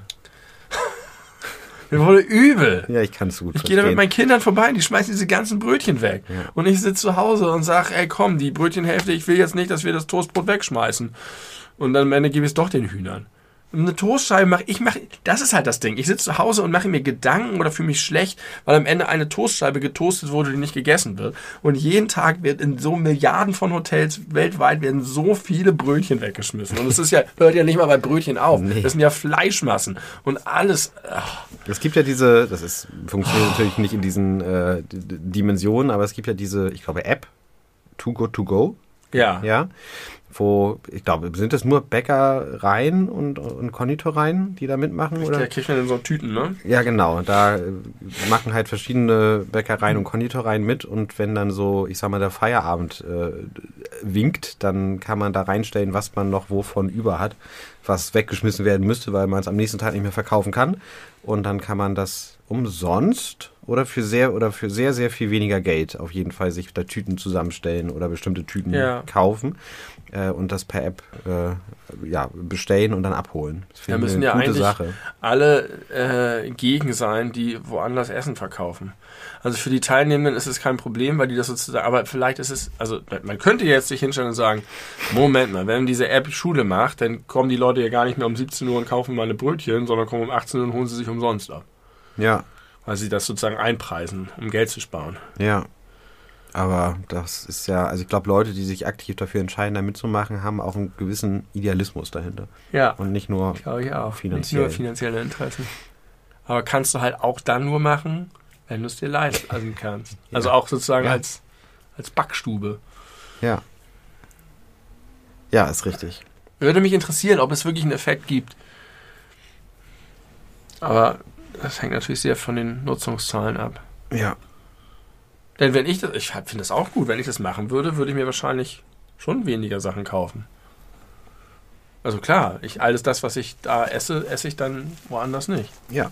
Mir wurde übel. Ja, ich kann es gut verstehen. Ich gehe da mit meinen Kindern vorbei, die schmeißen diese ganzen Brötchen weg. Ja. Und ich sitze zu Hause und sage, ey komm, die Brötchenhälfte, ich will jetzt nicht, dass wir das Toastbrot wegschmeißen. Und dann am Ende gebe ich es doch den Hühnern. Eine Toastscheibe das ist halt das Ding. Ich sitze zu Hause und mache mir Gedanken oder fühle mich schlecht, weil am Ende eine Toastscheibe getoastet wurde, die nicht gegessen wird. Und jeden Tag wird in so Milliarden von Hotels weltweit werden so viele Brötchen weggeschmissen. Und es ist hört ja nicht mal bei Brötchen auf. Nee. Das sind ja Fleischmassen und alles. Es gibt ja funktioniert natürlich nicht in diesen Dimensionen, aber es gibt ja diese, ich glaube, App, Too Good To Go. Ja. Wo, ich glaube, sind das nur Bäckereien und Konditoreien, die da mitmachen? Oder? Der kriegt man in so Tüten, ne? Ja, genau. Da machen halt verschiedene Bäckereien und Konditoreien mit und wenn dann so, ich sag mal, der Feierabend winkt, dann kann man da reinstellen, was man noch wovon über hat, was weggeschmissen werden müsste, weil man es am nächsten Tag nicht mehr verkaufen kann. Und dann kann man das umsonst oder für sehr, sehr viel weniger Geld auf jeden Fall sich da Tüten zusammenstellen oder bestimmte Tüten kaufen. und das per App bestellen und dann abholen. Das Da müssen ja eigentlich alle gegen sein, die woanders Essen verkaufen. Also für die Teilnehmenden ist es kein Problem, weil die das sozusagen, aber vielleicht ist es, also man könnte jetzt sich hinstellen und sagen, Moment mal, wenn diese App Schule macht, dann kommen die Leute ja gar nicht mehr um 17 Uhr und kaufen mal eine Brötchen, sondern kommen um 18 Uhr und holen sie sich umsonst ab. Ja. Weil sie das sozusagen einpreisen, um Geld zu sparen. Ja. Aber das ist ja, also ich glaube, Leute, die sich aktiv dafür entscheiden, da mitzumachen, haben auch einen gewissen Idealismus dahinter. Ja. Und nicht nur finanziell. Nicht nur finanzielle Interessen. Aber kannst du halt auch dann nur machen, wenn du es dir leisten kannst. Ja. Also auch sozusagen als Backstube. Ja. Ja, ist richtig. Würde mich interessieren, ob es wirklich einen Effekt gibt. Aber das hängt natürlich sehr von den Nutzungszahlen ab. Ja. Denn wenn ich finde das auch gut, wenn ich das machen würde, würde ich mir wahrscheinlich schon weniger Sachen kaufen. Also klar, alles das, was ich da esse ich dann woanders nicht. Ja.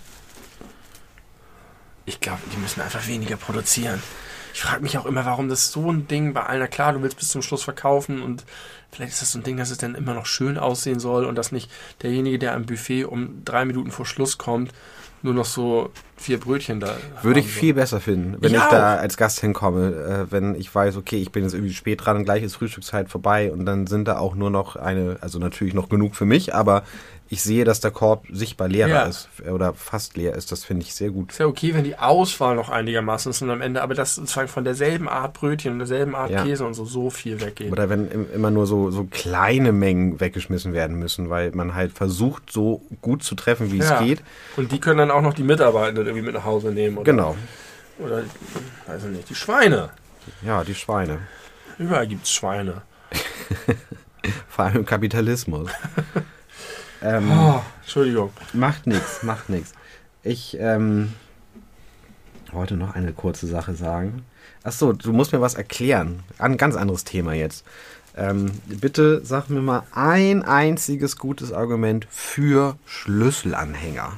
Ich glaube, die müssen einfach weniger produzieren. Ich frage mich auch immer, warum das so ein Ding bei allen, klar, du willst bis zum Schluss verkaufen und vielleicht ist das so ein Ding, dass es dann immer noch schön aussehen soll und dass nicht derjenige, der am Buffet um 3 Minuten vor Schluss kommt, nur noch so 4 Brötchen da. Würde ich viel besser finden, wenn ich da als Gast hinkomme, wenn ich weiß, okay, ich bin jetzt irgendwie spät dran und gleich ist Frühstückszeit vorbei und dann sind da auch nur noch also natürlich noch genug für mich, aber ich sehe, dass der Korb sichtbar leer ist oder fast leer ist. Das finde ich sehr gut. Ist ja okay, wenn die Auswahl noch einigermaßen ist und am Ende, aber das sozusagen von derselben Art Brötchen und derselben Art Käse und so viel weggeht. Oder wenn immer nur so kleine Mengen weggeschmissen werden müssen, weil man halt versucht, so gut zu treffen, wie es geht. Und die können dann auch noch die Mitarbeiter irgendwie mit nach Hause nehmen. Oder, genau. Oder, weiß ich nicht, die Schweine. Ja, die Schweine. Überall gibt es Schweine. Vor allem im Kapitalismus. Entschuldigung. Macht nichts. Ich wollte noch eine kurze Sache sagen. Achso, du musst mir was erklären. Ein ganz anderes Thema jetzt. Bitte sag mir mal ein einziges gutes Argument für Schlüsselanhänger.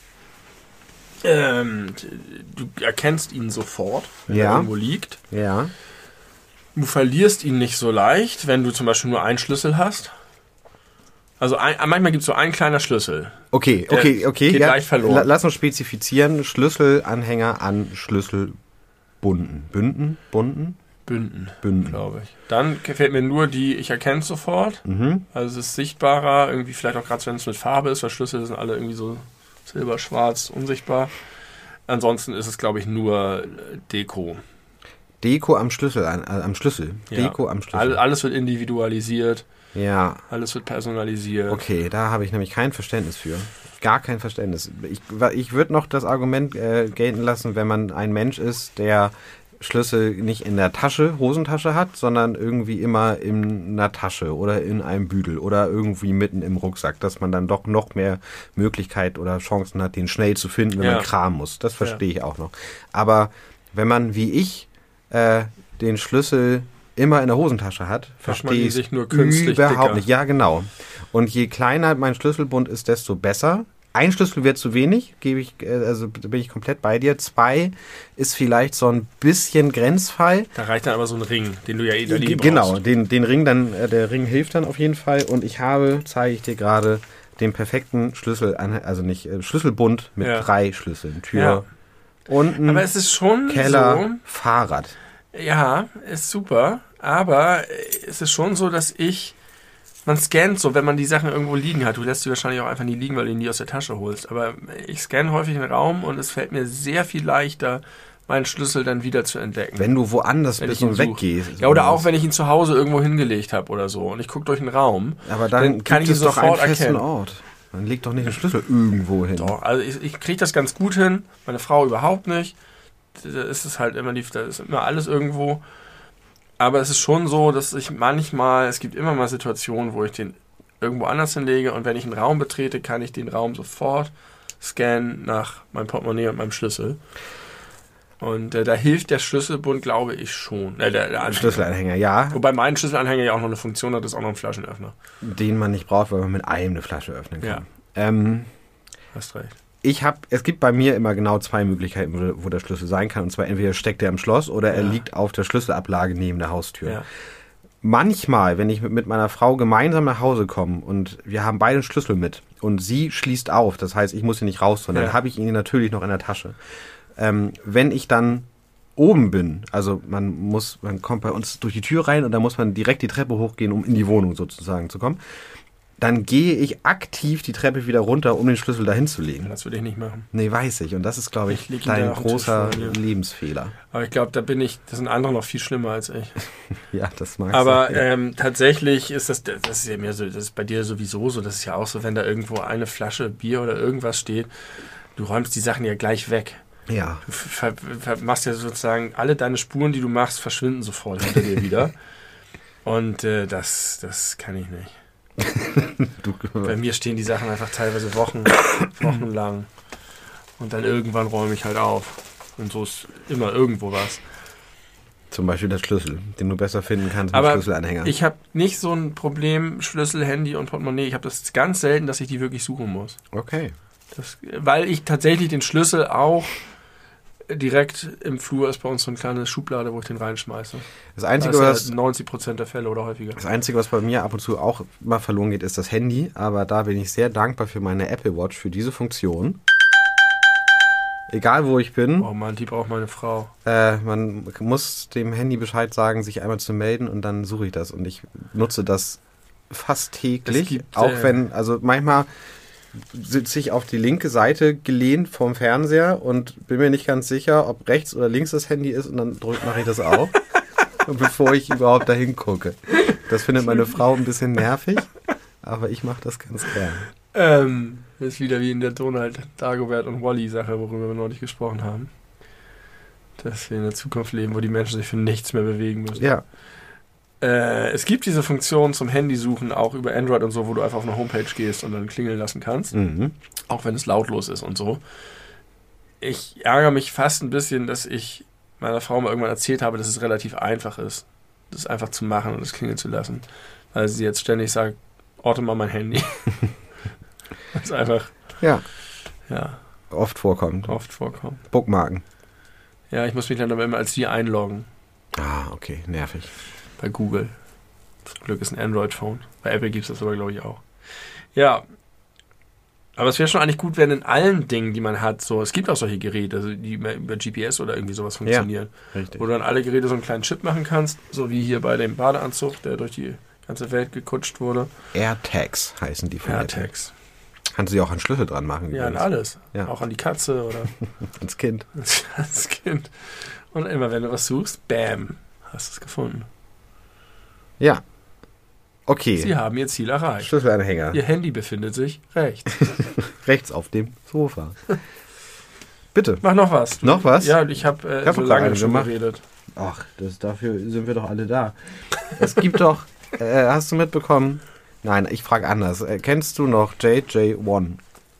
Du erkennst ihn sofort, wenn er irgendwo liegt. Ja. Du verlierst ihn nicht so leicht, wenn du zum Beispiel nur einen Schlüssel hast. Also manchmal gibt es so einen kleiner Schlüssel. Okay. Geht leicht verloren. Lass uns spezifizieren. Schlüsselanhänger an Schlüsselbunden. Bünden, glaube ich. Dann gefällt mir nur die, ich erkenne es sofort. Mhm. Also es ist sichtbarer, irgendwie vielleicht auch gerade, wenn es mit Farbe ist, weil Schlüssel sind alle irgendwie so silber, schwarz, unsichtbar. Ansonsten ist es, glaube ich, nur Deko. Deko am Schlüssel. Am Schlüssel. Ja. Deko am Schlüssel. Alles wird individualisiert. Ja. Alles wird personalisiert. Okay, da habe ich nämlich kein Verständnis für. Gar kein Verständnis. Ich würde noch das Argument gelten lassen, wenn man ein Mensch ist, der Schlüssel nicht in der Hosentasche hat, sondern irgendwie immer in einer Tasche oder in einem Büdel oder irgendwie mitten im Rucksack, dass man dann doch noch mehr Möglichkeit oder Chancen hat, den schnell zu finden, wenn man kramen muss. Das verstehe ich auch noch. Aber wenn man, wie ich, den Schlüssel immer in der Hosentasche hat, verstehe ich es überhaupt nicht. Ja, genau. Und je kleiner mein Schlüsselbund ist, desto besser. Ein Schlüssel wird zu wenig, bin ich komplett bei dir. 2 ist vielleicht so ein bisschen Grenzfall. Da reicht dann aber so ein Ring, den du ja da liegen brauchst. Genau, den Ring dann, der Ring hilft dann auf jeden Fall. Und ich zeige ich dir gerade, den perfekten Schlüsselbund mit 3 Schlüsseln. Tür, unten, aber es ist schon Keller, so, Fahrrad. Ja, ist super. Aber es ist schon so, dass man scannt so, wenn man die Sachen irgendwo liegen hat. Du lässt sie wahrscheinlich auch einfach nie liegen, weil du die nie aus der Tasche holst. Aber ich scanne häufig den Raum und es fällt mir sehr viel leichter, meinen Schlüssel dann wieder zu entdecken. Wenn du woanders bist und weggehst. Ja, oder auch, wenn ich ihn zu Hause irgendwo hingelegt habe oder so und ich gucke durch den Raum. Aber dann kann ich ihn doch einen festen Ort. Dann legt doch nicht den Schlüssel irgendwo hin. Doch, also ich kriege das ganz gut hin. Meine Frau überhaupt nicht. Da ist es halt immer, da ist immer alles irgendwo. Aber es ist schon so, dass es gibt immer mal Situationen, wo ich den irgendwo anders hinlege und wenn ich einen Raum betrete, kann ich den Raum sofort scannen nach meinem Portemonnaie und meinem Schlüssel. Und da hilft der Schlüsselbund, glaube ich, schon. Der Schlüsselanhänger, ja. Wobei mein Schlüsselanhänger ja auch noch eine Funktion hat, ist auch noch ein Flaschenöffner. Den man nicht braucht, weil man mit einem eine Flasche öffnen kann. Ja. Hast recht. Es gibt bei mir immer genau 2 Möglichkeiten, wo der Schlüssel sein kann. Und zwar entweder steckt er im Schloss oder er liegt auf der Schlüsselablage neben der Haustür. Ja. manchmal, wenn ich mit meiner Frau gemeinsam nach Hause komme und wir haben beide einen Schlüssel mit und sie schließt auf, das heißt, ich muss ihn nicht raus, sondern dann habe ich ihn natürlich noch in der Tasche. Wenn ich dann oben bin, also man kommt bei uns durch die Tür rein und dann muss man direkt die Treppe hochgehen, um in die Wohnung sozusagen zu kommen, dann gehe ich aktiv die Treppe wieder runter, um den Schlüssel dahin zu legen. Das würde ich nicht machen. Nee, weiß ich. Und das ist, glaube ich, dein großer Lebensfehler. Aber ich glaube, das sind andere noch viel schlimmer als ich. Ja, das mag Aber sein. Ja. Tatsächlich ist das ist ja mehr so, das ist bei dir sowieso so, das ist ja auch so, wenn da irgendwo eine Flasche Bier oder irgendwas steht, du räumst die Sachen ja gleich weg. Ja. Du machst ja sozusagen, alle deine Spuren, die du machst, verschwinden sofort hinter dir wieder. Und das kann ich nicht. Bei mir stehen die Sachen einfach teilweise wochenlang. Und dann irgendwann räume ich halt auf. Und so ist immer irgendwo was. Zum Beispiel der Schlüssel, den du besser finden kannst mit Schlüsselanhänger. Ich habe nicht so ein Problem, Schlüssel, Handy und Portemonnaie. Ich habe das ganz selten, dass ich die wirklich suchen muss. Okay. Weil ich tatsächlich den Schlüssel auch direkt im Flur ist bei uns so eine kleine Schublade, wo ich den reinschmeiße. Das Einzige, was 90% der Fälle oder häufiger. Das Einzige, was bei mir ab und zu auch mal verloren geht, ist das Handy. Aber da bin ich sehr dankbar für meine Apple Watch, für diese Funktion. Egal, wo ich bin. Oh Mann, die braucht meine Frau. Man muss dem Handy Bescheid sagen, sich einmal zu melden und dann suche ich das. Und ich nutze das fast täglich. Auch wenn, also manchmal sitze ich auf die linke Seite gelehnt vom Fernseher und bin mir nicht ganz sicher, ob rechts oder links das Handy ist und dann mache ich das auf, bevor ich überhaupt dahin gucke. Das findet meine Frau ein bisschen nervig, aber ich mache das ganz gern. Das ist wieder wie in der Donald, Dagobert und Wally-Sache, worüber wir neulich gesprochen haben. Dass wir in der Zukunft leben, wo die Menschen sich für nichts mehr bewegen müssen. Ja. Es gibt diese Funktion zum Handy suchen, auch über Android und so, wo du einfach auf eine Homepage gehst und dann klingeln lassen kannst. Mhm. Auch wenn es lautlos ist und so. Ich ärgere mich fast ein bisschen, dass ich meiner Frau mal irgendwann erzählt habe, dass es relativ einfach ist, das einfach zu machen und es klingeln zu lassen. Weil sie jetzt ständig sagt, orte mal mein Handy. Das ist einfach... Ja. Ja. Oft vorkommt. Bookmarken. Ja, ich muss mich dann aber immer als die einloggen. Ah, okay. Nervig. Bei Google. Zum Glück ist ein Android-Phone. Bei Apple gibt es das aber, glaube ich, auch. Ja. Aber es wäre schon eigentlich gut, wenn in allen Dingen, die man hat, so, es gibt auch solche Geräte, also die über GPS oder irgendwie sowas funktionieren. Ja, richtig. Wo du an alle Geräte so einen kleinen Chip machen kannst, so wie hier bei dem Badeanzug, der durch die ganze Welt gekutscht wurde. AirTags heißen die von AirTags. Kannst du ja auch einen Schlüssel dran machen. Ja, an alles. Ja. Auch an die Katze oder ans Kind. ans Kind. Und immer wenn du was suchst, bam, hast du es gefunden. Ja. Okay. Sie haben ihr Ziel erreicht. Schlüsselanhänger. Ihr Handy befindet sich rechts. Rechts auf dem Sofa. Bitte. Mach noch was. Noch was? Ja, ich habe so lange schon geredet. Ach, dafür sind wir doch alle da. Es gibt doch, hast du mitbekommen? Nein, ich frage anders. Kennst du noch JJ1?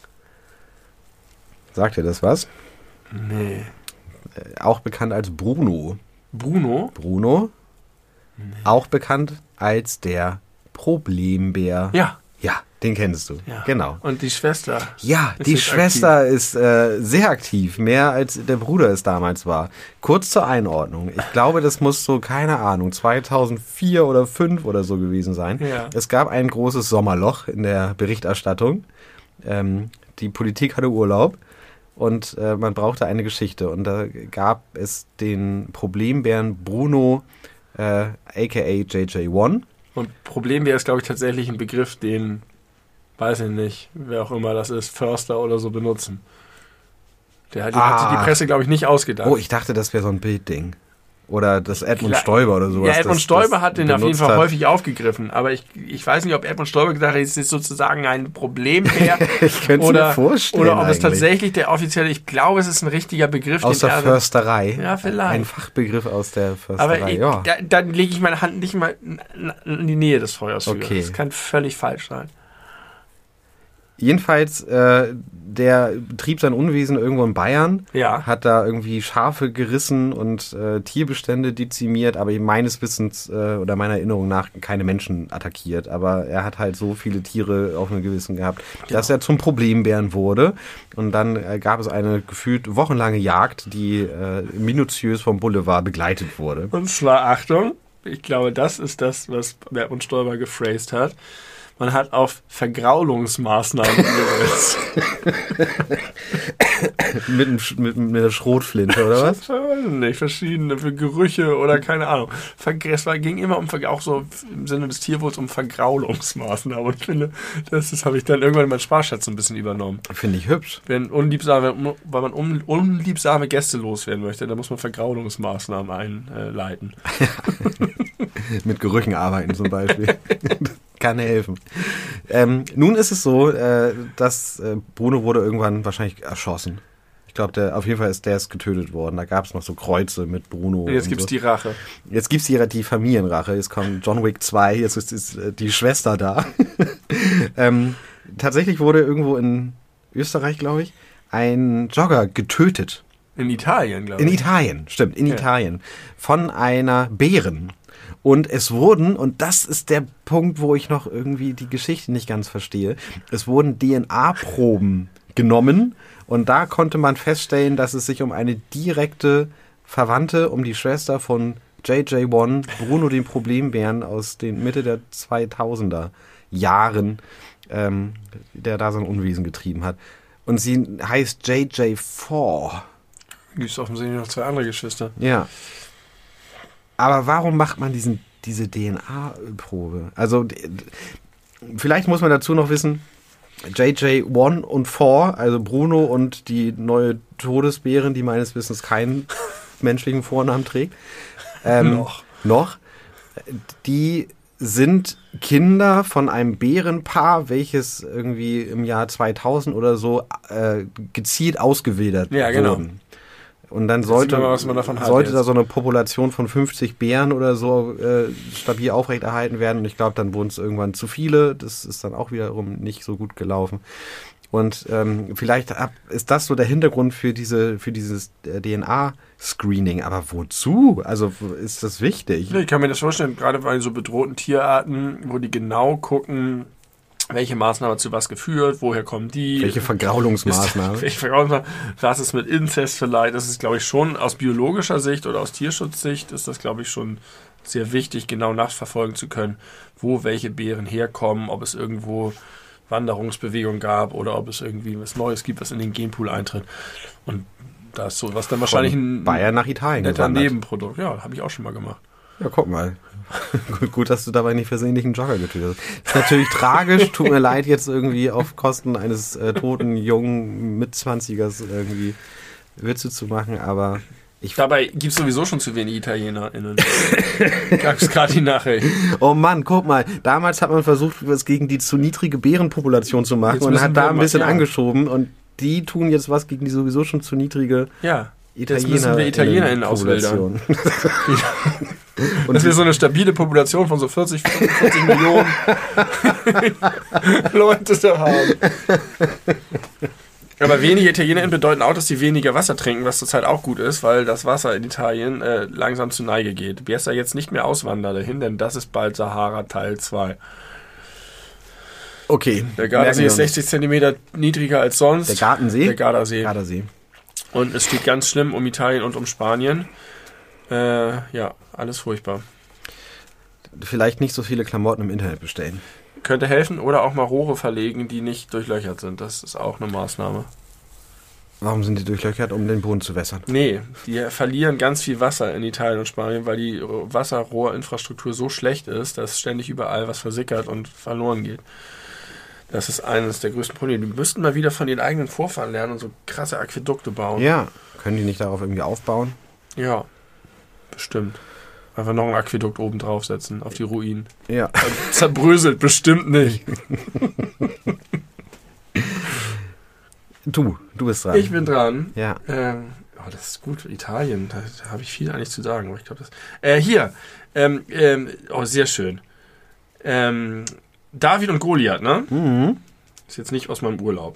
Sagt dir das was? Nee. Auch bekannt als Bruno. Bruno? Bruno. Nee. Auch bekannt als der Problembär. Ja. Ja, den kennst du. Ja. Genau. Und die Schwester? Ja, die Schwester ist sehr aktiv. Mehr als der Bruder es damals war. Kurz zur Einordnung. Ich glaube, das muss so, keine Ahnung, 2004 oder 2005 oder so gewesen sein. Ja. Es gab ein großes Sommerloch in der Berichterstattung. Die Politik hatte Urlaub. Und man brauchte eine Geschichte. Und da gab es den Problembären Bruno, aka JJ1. Und Problembär ist, glaube ich, tatsächlich ein Begriff, den, weiß ich nicht, wer auch immer das ist, Förster oder so benutzen. Der hat sich die Presse, glaube ich, nicht ausgedacht. Oh, ich dachte, das wäre so ein Bildding. Oder das Edmund Stoiber oder sowas. Ja, Edmund Stoiber hat den auf jeden Fall häufig aufgegriffen. Aber ich weiß nicht, ob Edmund Stoiber gedacht hat, es ist sozusagen ein Problembär. Ich könnte es mir vorstellen. Oder ob es tatsächlich der offizielle, ich glaube, es ist ein richtiger Begriff. Aus der Försterei. Ja, vielleicht. Ein Fachbegriff aus der Försterei. Aber dann lege ich meine Hand nicht mal in die Nähe des Feuers für. Okay. Das kann völlig falsch sein. Jedenfalls, der trieb sein Unwesen irgendwo in Bayern, hat da irgendwie Schafe gerissen und Tierbestände dezimiert, aber meines Wissens oder meiner Erinnerung nach keine Menschen attackiert. Aber er hat halt so viele Tiere auf dem Gewissen gehabt, dass er zum Problembären wurde. Und dann gab es eine gefühlt wochenlange Jagd, die minutiös vom Boulevard begleitet wurde. Und zwar, Achtung, Ich glaube, das ist das, was Bertmund Stoiber gephrased hat. Man hat auf Vergraulungsmaßnahmen gesetzt. mit einer Schrotflinte, oder was? Ich weiß nicht, verschiedene für Gerüche oder keine Ahnung. Es ging immer auch so im Sinne des Tierwohls um Vergraulungsmaßnahmen. Und ich finde, das habe ich dann irgendwann in meinen Sparschatz so ein bisschen übernommen. Finde ich hübsch. Weil man unliebsame Gäste loswerden möchte, dann muss man Vergraulungsmaßnahmen einleiten. Mit Gerüchen arbeiten zum Beispiel. Kann helfen. Nun ist es so, dass Bruno wurde irgendwann wahrscheinlich erschossen. Ich glaube, auf jeden Fall ist der getötet worden. Da gab es noch so Kreuze mit Bruno. Und jetzt gibt es die Rache. Jetzt gibt es die Familienrache. Jetzt kommt John Wick 2, jetzt ist die Schwester da. Tatsächlich wurde irgendwo in Österreich, glaube ich, ein Jogger getötet. In Italien, glaube ich. In Italien, stimmt, Italien. Von einer Bären. Und es wurden, und das ist der Punkt, wo ich noch irgendwie die Geschichte nicht ganz verstehe, es wurden DNA-Proben genommen und da konnte man feststellen, dass es sich um eine direkte Verwandte, um die Schwester von JJ1, Bruno den Problembären aus den Mitte der 2000er Jahren, der da so ein Unwesen getrieben hat. Und sie heißt JJ4. Gibt es offensichtlich noch 2 andere Geschwister. Ja. Aber warum macht man diese DNA-Probe? Also, vielleicht muss man dazu noch wissen, JJ1 und 4, also Bruno und die neue Todesbärin, die meines Wissens keinen menschlichen Vornamen trägt. Noch. Die sind Kinder von einem Bärenpaar, welches irgendwie im Jahr 2000 oder so gezielt ausgewildert wurden. Und dann sollte da so eine Population von 50 Bären oder so stabil aufrechterhalten werden. Und ich glaube, dann wurden es irgendwann zu viele. Das ist dann auch wiederum nicht so gut gelaufen. Und vielleicht ist das so der Hintergrund für dieses DNA-Screening. Aber wozu? Also ist das wichtig? Ich kann mir das vorstellen, gerade bei so bedrohten Tierarten, wo die genau gucken, welche Maßnahme zu was geführt, woher kommen die? Welche Vergraulungsmaßnahmen? Was ist mit Inzest vielleicht? Das ist, glaube ich, schon aus biologischer Sicht oder aus Tierschutzsicht ist das, glaube ich, schon sehr wichtig, genau nachverfolgen zu können, wo welche Bären herkommen, ob es irgendwo Wanderungsbewegung gab oder ob es irgendwie was Neues gibt, was in den Genpool eintritt. Und da ist so was dann wahrscheinlich ein Bayern nach Italien netter gewandert. Nebenprodukt. Ja, habe ich auch schon mal gemacht. Ja, guck mal. Gut, dass du dabei nicht versehentlich einen Jogger getötet hast. Ist natürlich tragisch, tut mir leid, jetzt irgendwie auf Kosten eines toten, jungen Mitzwanzigers irgendwie Witze zu machen, aber dabei gibt es sowieso schon zu wenig ItalienerInnen. Gab es gerade die Nachricht. Oh Mann, guck mal, damals hat man versucht, was gegen die zu niedrige Bärenpopulation zu machen und hat da ein bisschen angeschoben und die tun jetzt was gegen die sowieso schon zu niedrige Jetzt müssen wir ItalienerInnen auswildern. Und dass wir so eine stabile Population von so 40 Millionen Leute da haben. Aber weniger ItalienerInnen bedeuten auch, dass sie weniger Wasser trinken, was zurzeit auch gut ist, weil das Wasser in Italien langsam zur Neige geht. Besser jetzt nicht mehr auswandern dahin, denn das ist bald Sahara Teil 2. Okay. Der Gardasee ist 60 Zentimeter niedriger als sonst. Der Gardasee? Der Gardasee. Und es steht ganz schlimm um Italien und um Spanien. Alles furchtbar. Vielleicht nicht so viele Klamotten im Internet bestellen. Könnte helfen oder auch mal Rohre verlegen, die nicht durchlöchert sind. Das ist auch eine Maßnahme. Warum sind die durchlöchert, um den Boden zu wässern? Nee, die verlieren ganz viel Wasser in Italien und Spanien, weil die Wasserrohrinfrastruktur so schlecht ist, dass ständig überall was versickert und verloren geht. Das ist eines der größten Probleme. Die müssten mal wieder von ihren eigenen Vorfahren lernen und so krasse Aquädukte bauen. Ja, können die nicht darauf irgendwie aufbauen? Ja, bestimmt. Einfach noch ein Aquädukt oben draufsetzen, auf die Ruinen. Ja. Zerbröselt bestimmt nicht. Du bist dran. Ich bin dran. Ja. Das ist gut, Italien, da habe ich viel eigentlich zu sagen. Aber ich glaube, hier, sehr schön. David und Goliath, ne? Mhm. Ist jetzt nicht aus meinem Urlaub.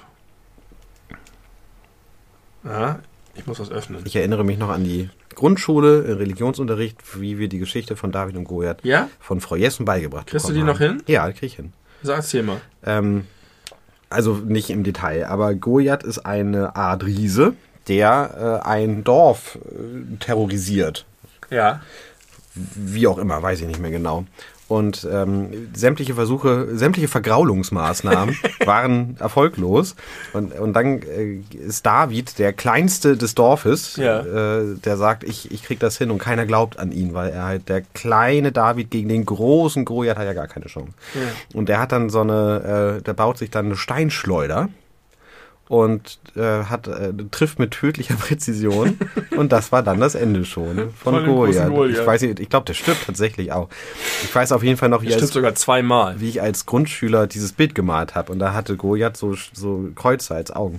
Ja, ich muss was öffnen. Ich erinnere mich noch an die Grundschule, Religionsunterricht, wie wir die Geschichte von David und Goliath von Frau Jessen beigebracht Kriegst du die haben. noch hin? Ja, krieg ich hin. Sag, erzähl mal. Also nicht im Detail, aber Goliath ist eine Art Riese, der ein Dorf terrorisiert. Ja. wie auch immer, weiß ich nicht mehr genau. Und sämtliche Vergraulungsmaßnahmen waren erfolglos. Und dann ist David, der Kleinste des Dorfes, der sagt, ich krieg das hin, und keiner glaubt an ihn, weil er halt, der kleine David gegen den großen Goliath hat ja gar keine Chance. Ja. Und der hat dann der baut sich dann eine Steinschleuder und trifft mit tödlicher Präzision, und das war dann das Ende schon von Goliath. Ich weiß nicht, ich glaube, der stirbt tatsächlich auch. Ich weiß auf jeden Fall noch, wie ich als Grundschüler dieses Bild gemalt habe, und da hatte Goliath so Kreuze als Augen.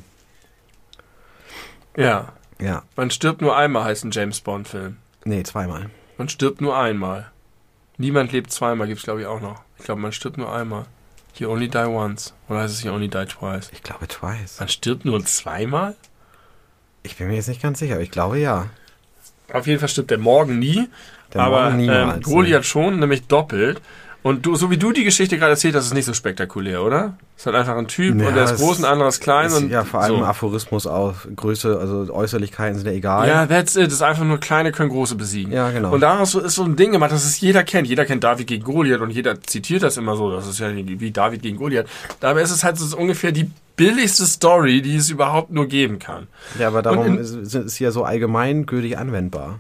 Ja. Man stirbt nur einmal, heißt ein James-Bond-Film. Nee, zweimal. Man stirbt nur einmal. Niemand lebt zweimal, gibt's glaube ich auch noch. Ich glaube, man stirbt nur einmal. You only die once. Oder heißt es You only die twice? Ich glaube twice. Man stirbt nur zweimal? Ich bin mir jetzt nicht ganz sicher, aber ich glaube ja. Auf jeden Fall stirbt der Morgen nie. Aber Goliath schon, nämlich doppelt. Und so wie du die Geschichte gerade erzählt hast, ist es nicht so spektakulär, oder? Ist halt einfach ein Typ, und der ist groß, ein anderer ist klein. Und ja, vor allem so. Aphorismus auf Größe, also Äußerlichkeiten sind ja egal. Ja, that's it. Das ist einfach nur Kleine können Große besiegen. Ja, genau. Und daraus ist so ein Ding gemacht, dass es jeder kennt. Jeder kennt David gegen Goliath, und jeder zitiert das immer so. Das ist ja wie David gegen Goliath. Dabei ist es halt so ungefähr die billigste Story, die es überhaupt nur geben kann. Ja, aber darum ist sie ja so allgemeingültig anwendbar.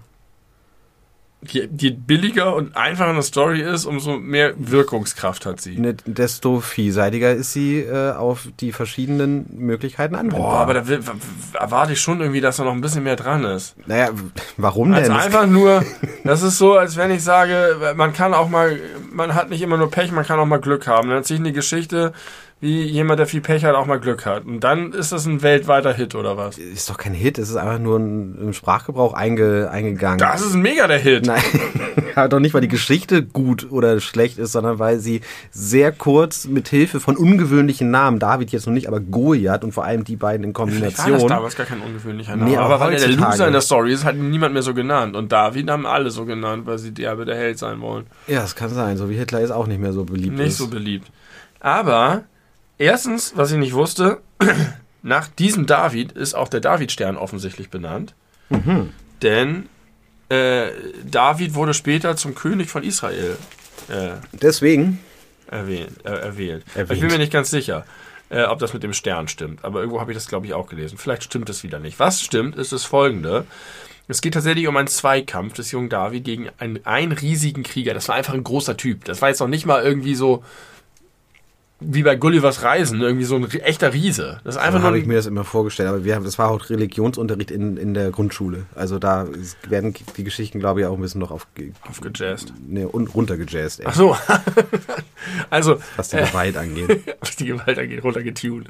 Je billiger und einfacher eine Story ist, umso mehr Wirkungskraft hat sie. Desto vielseitiger ist sie auf die verschiedenen Möglichkeiten anwendbar. Boah, aber da erwarte ich schon irgendwie, dass da noch ein bisschen mehr dran ist. Naja, warum denn? Einfach nur, das ist so, als wenn ich sage, man hat nicht immer nur Pech, man kann auch mal Glück haben. Dann erzähle ich eine Geschichte, wie jemand, der viel Pech hat, auch mal Glück hat. Und dann ist das ein weltweiter Hit, oder was? Ist doch kein Hit, es ist einfach nur im Sprachgebrauch eingegangen. Das ist mega der Hit. Nein, aber doch nicht, weil die Geschichte gut oder schlecht ist, sondern weil sie sehr kurz mit Hilfe von ungewöhnlichen Namen, David jetzt noch nicht, aber Goliath, und vor allem die beiden in Kombination. War das damals gar kein ungewöhnlicher Name. Nee, aber weil der Loser in der Story ist, hat ihn niemand mehr so genannt. Und David haben alle so genannt, weil sie der Held sein wollen. Ja, das kann sein. So wie Hitler ist auch nicht mehr so beliebt. Nicht so beliebt. Aber erstens, was ich nicht wusste, nach diesem David ist auch der Davidstern offensichtlich benannt. Mhm. Denn David wurde später zum König von Israel deswegen erwählt. Ich bin mir nicht ganz sicher, ob das mit dem Stern stimmt. Aber irgendwo habe ich das, glaube ich, auch gelesen. Vielleicht stimmt es wieder nicht. Was stimmt, ist das Folgende. Es geht tatsächlich um einen Zweikampf des jungen David gegen einen riesigen Krieger. Das war einfach ein großer Typ. Das war jetzt noch nicht mal irgendwie so wie bei Gullivers Reisen, irgendwie so ein echter Riese. Das ist einfach habe ich mir das immer vorgestellt, aber das war auch Religionsunterricht in der Grundschule. Also da werden die Geschichten, glaube ich, auch ein bisschen noch aufgejazzt. Ne, und runtergejazzt. Ach so. Also, was die Gewalt angeht. Was die Gewalt angeht, runtergetuned.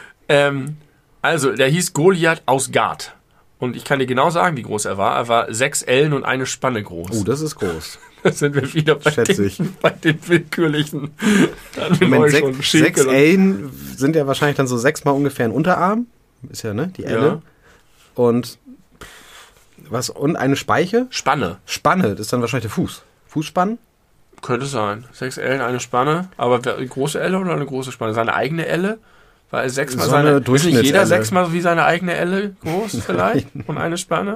Also, der hieß Goliath aus Gath. Und ich kann dir genau sagen, wie groß er war. Er war 6 Ellen und eine Spanne groß. Oh, das ist groß. Da sind wir wieder bei den willkürlichen. Moment, 6 Ellen sind ja wahrscheinlich dann so 6-mal ungefähr ein Unterarm. Ist ja, ne? Die Elle. Ja. Und was? Und eine Speiche? Spanne, das ist dann wahrscheinlich der Fuß. Fußspann? Könnte sein. 6 Ellen, eine Spanne. Aber eine große Elle oder eine große Spanne? Seine eigene Elle? Weil 6-mal so eine ist nicht jeder 6-mal wie seine eigene Elle groß vielleicht? Und eine Spanne?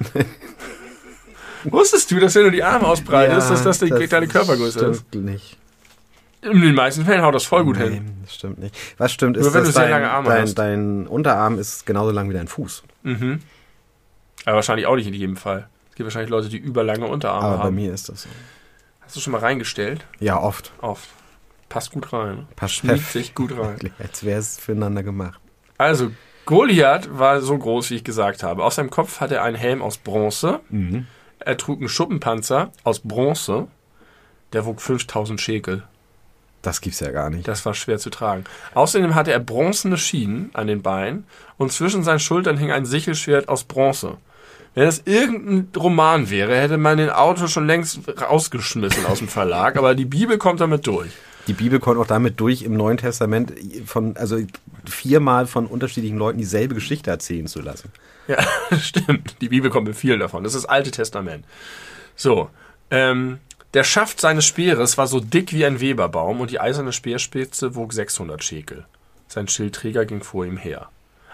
Wusstest du, dass wenn du die Arme ausbreitest, dass das deine Körpergröße ist? Stimmt nicht. In den meisten Fällen haut das voll gut hin. Nein, das stimmt nicht. Was stimmt ist, dass dein Unterarm ist genauso lang wie dein Fuß. Mhm. Aber wahrscheinlich auch nicht in jedem Fall. Es gibt wahrscheinlich Leute, die überlange Unterarme haben. Aber bei mir ist das so. Hast du schon mal reingestellt? Ja, oft. Passt gut rein. Schmiegt sich gut rein. Als wäre es füreinander gemacht. Also, Goliath war so groß, wie ich gesagt habe. Auf seinem Kopf hatte er einen Helm aus Bronze. Mhm. Er trug einen Schuppenpanzer aus Bronze. Der wog 5000 Schekel. Das gibt's ja gar nicht. Das war schwer zu tragen. Außerdem hatte er bronzene Schienen an den Beinen und zwischen seinen Schultern hing ein Sichelschwert aus Bronze. Wenn das irgendein Roman wäre, hätte man den Autor schon längst rausgeschmissen aus dem Verlag, aber die Bibel kommt damit durch. Die Bibel kommt auch damit durch, im Neuen Testament 4-mal von unterschiedlichen Leuten dieselbe Geschichte erzählen zu lassen. Ja, stimmt. Die Bibel kommt mit vielen davon. Das ist das Alte Testament. So, der Schaft seines Speeres war so dick wie ein Weberbaum und die eiserne Speerspitze wog 600 Schekel. Sein Schildträger ging vor ihm her.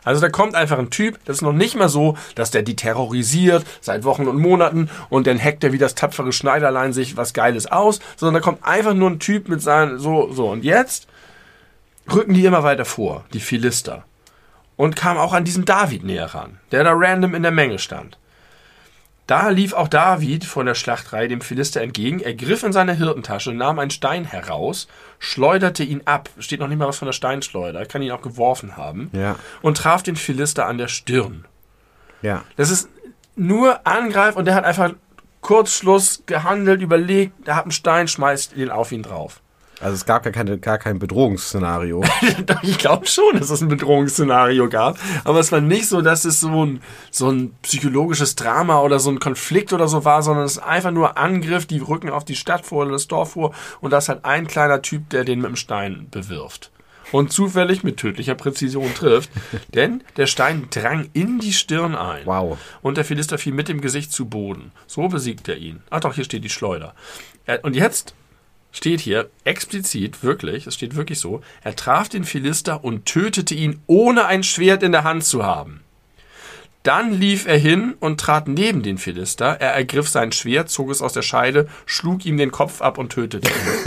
Also da kommt einfach ein Typ, das ist noch nicht mal so, dass der die terrorisiert seit Wochen und Monaten und dann hackt er wie das tapfere Schneiderlein sich was Geiles aus, sondern da kommt einfach nur ein Typ mit seinen, so. Und jetzt rücken die immer weiter vor, die Philister. Und kam auch an diesen David näher ran, der da random in der Menge stand. Da lief auch David von der Schlachtreihe dem Philister entgegen, er griff in seine Hirtentasche, nahm einen Stein heraus, schleuderte ihn ab, steht noch nicht mal was von der Steinschleuder, kann ihn auch geworfen haben, und traf den Philister an der Stirn. Ja. Das ist nur Angreif und der hat einfach Kurzschluss gehandelt, überlegt, der hat einen Stein, schmeißt den auf ihn drauf. Also es gab gar kein Bedrohungsszenario. Ich glaube schon, dass es ein Bedrohungsszenario gab, aber es war nicht so, dass es so ein psychologisches Drama oder so ein Konflikt oder so war, sondern es ist einfach nur Angriff, die rücken auf die Stadt vor oder das Dorf vor und da ist halt ein kleiner Typ, der den mit dem Stein bewirft. Und zufällig mit tödlicher Präzision trifft, denn der Stein drang in die Stirn ein. Wow. Und der Philister fiel mit dem Gesicht zu Boden. So besiegt er ihn. Ach doch, hier steht die Schleuder. Und jetzt steht hier explizit, wirklich, es steht wirklich so, er traf den Philister und tötete ihn, ohne ein Schwert in der Hand zu haben. Dann lief er hin und trat neben den Philister, er ergriff sein Schwert, zog es aus der Scheide, schlug ihm den Kopf ab und tötete ihn.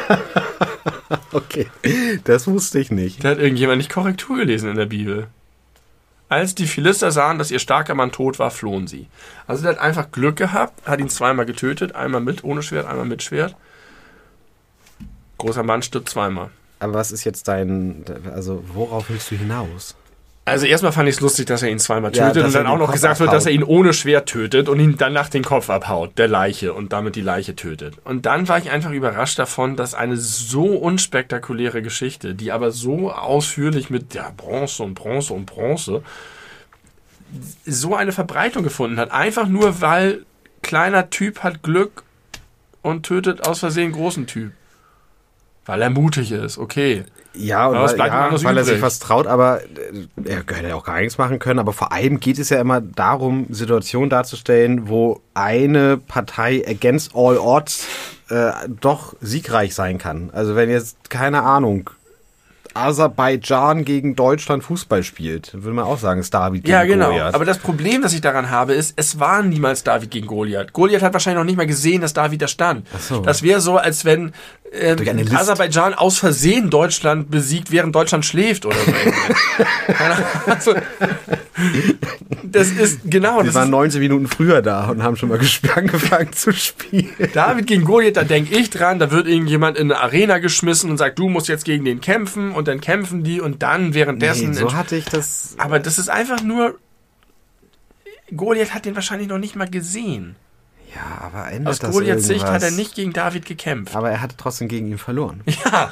Okay, das wusste ich nicht. Da hat irgendjemand nicht Korrektur gelesen in der Bibel. Als die Philister sahen, dass ihr starker Mann tot war, flohen sie. Also der hat einfach Glück gehabt, hat ihn zweimal getötet, einmal mit ohne Schwert, einmal mit Schwert. Großer Mann stirbt zweimal. Aber was ist jetzt also worauf willst du hinaus? Also erstmal fand ich es lustig, dass er ihn zweimal tötet und dann auch noch gesagt wird, abhaut. dass er ihn ohne Schwert tötet und ihn danach den Kopf abhaut, der Leiche, und damit die Leiche tötet. Und dann war ich einfach überrascht davon, dass eine so unspektakuläre Geschichte, die aber so ausführlich mit Bronze und Bronze und Bronze, so eine Verbreitung gefunden hat. Einfach nur, weil kleiner Typ hat Glück und tötet aus Versehen großen Typ. Weil er mutig ist, okay. Ja, und weil er sich was traut, aber er hätte ja auch gar nichts machen können. Aber vor allem geht es ja immer darum, Situationen darzustellen, wo eine Partei against all odds doch siegreich sein kann. Also wenn jetzt, keine Ahnung, Aserbaidschan gegen Deutschland Fußball spielt, würde man auch sagen, es ist David gegen Goliath. Ja, genau. Aber das Problem, das ich daran habe, ist, es war niemals David gegen Goliath. Goliath hat wahrscheinlich noch nicht mal gesehen, dass David da stand. Ach so. Das wäre so, als wenn Aserbaidschan aus Versehen Deutschland besiegt, während Deutschland schläft oder so. Also, das ist, genau. Wir waren 19 Minuten früher da und haben schon mal angefangen zu spielen. David gegen Goliath, da denke ich dran, da wird irgendjemand in eine Arena geschmissen und sagt, du musst jetzt gegen den kämpfen, und dann kämpfen die und dann währenddessen... Nee, so hatte ich das... Aber das ist einfach nur... Goliath hat den wahrscheinlich noch nicht mal gesehen. Ja, aber ändert aus das Goliaths Sicht irgendwas? hat er nicht gegen David gekämpft. Aber er hatte trotzdem gegen ihn verloren. Ja.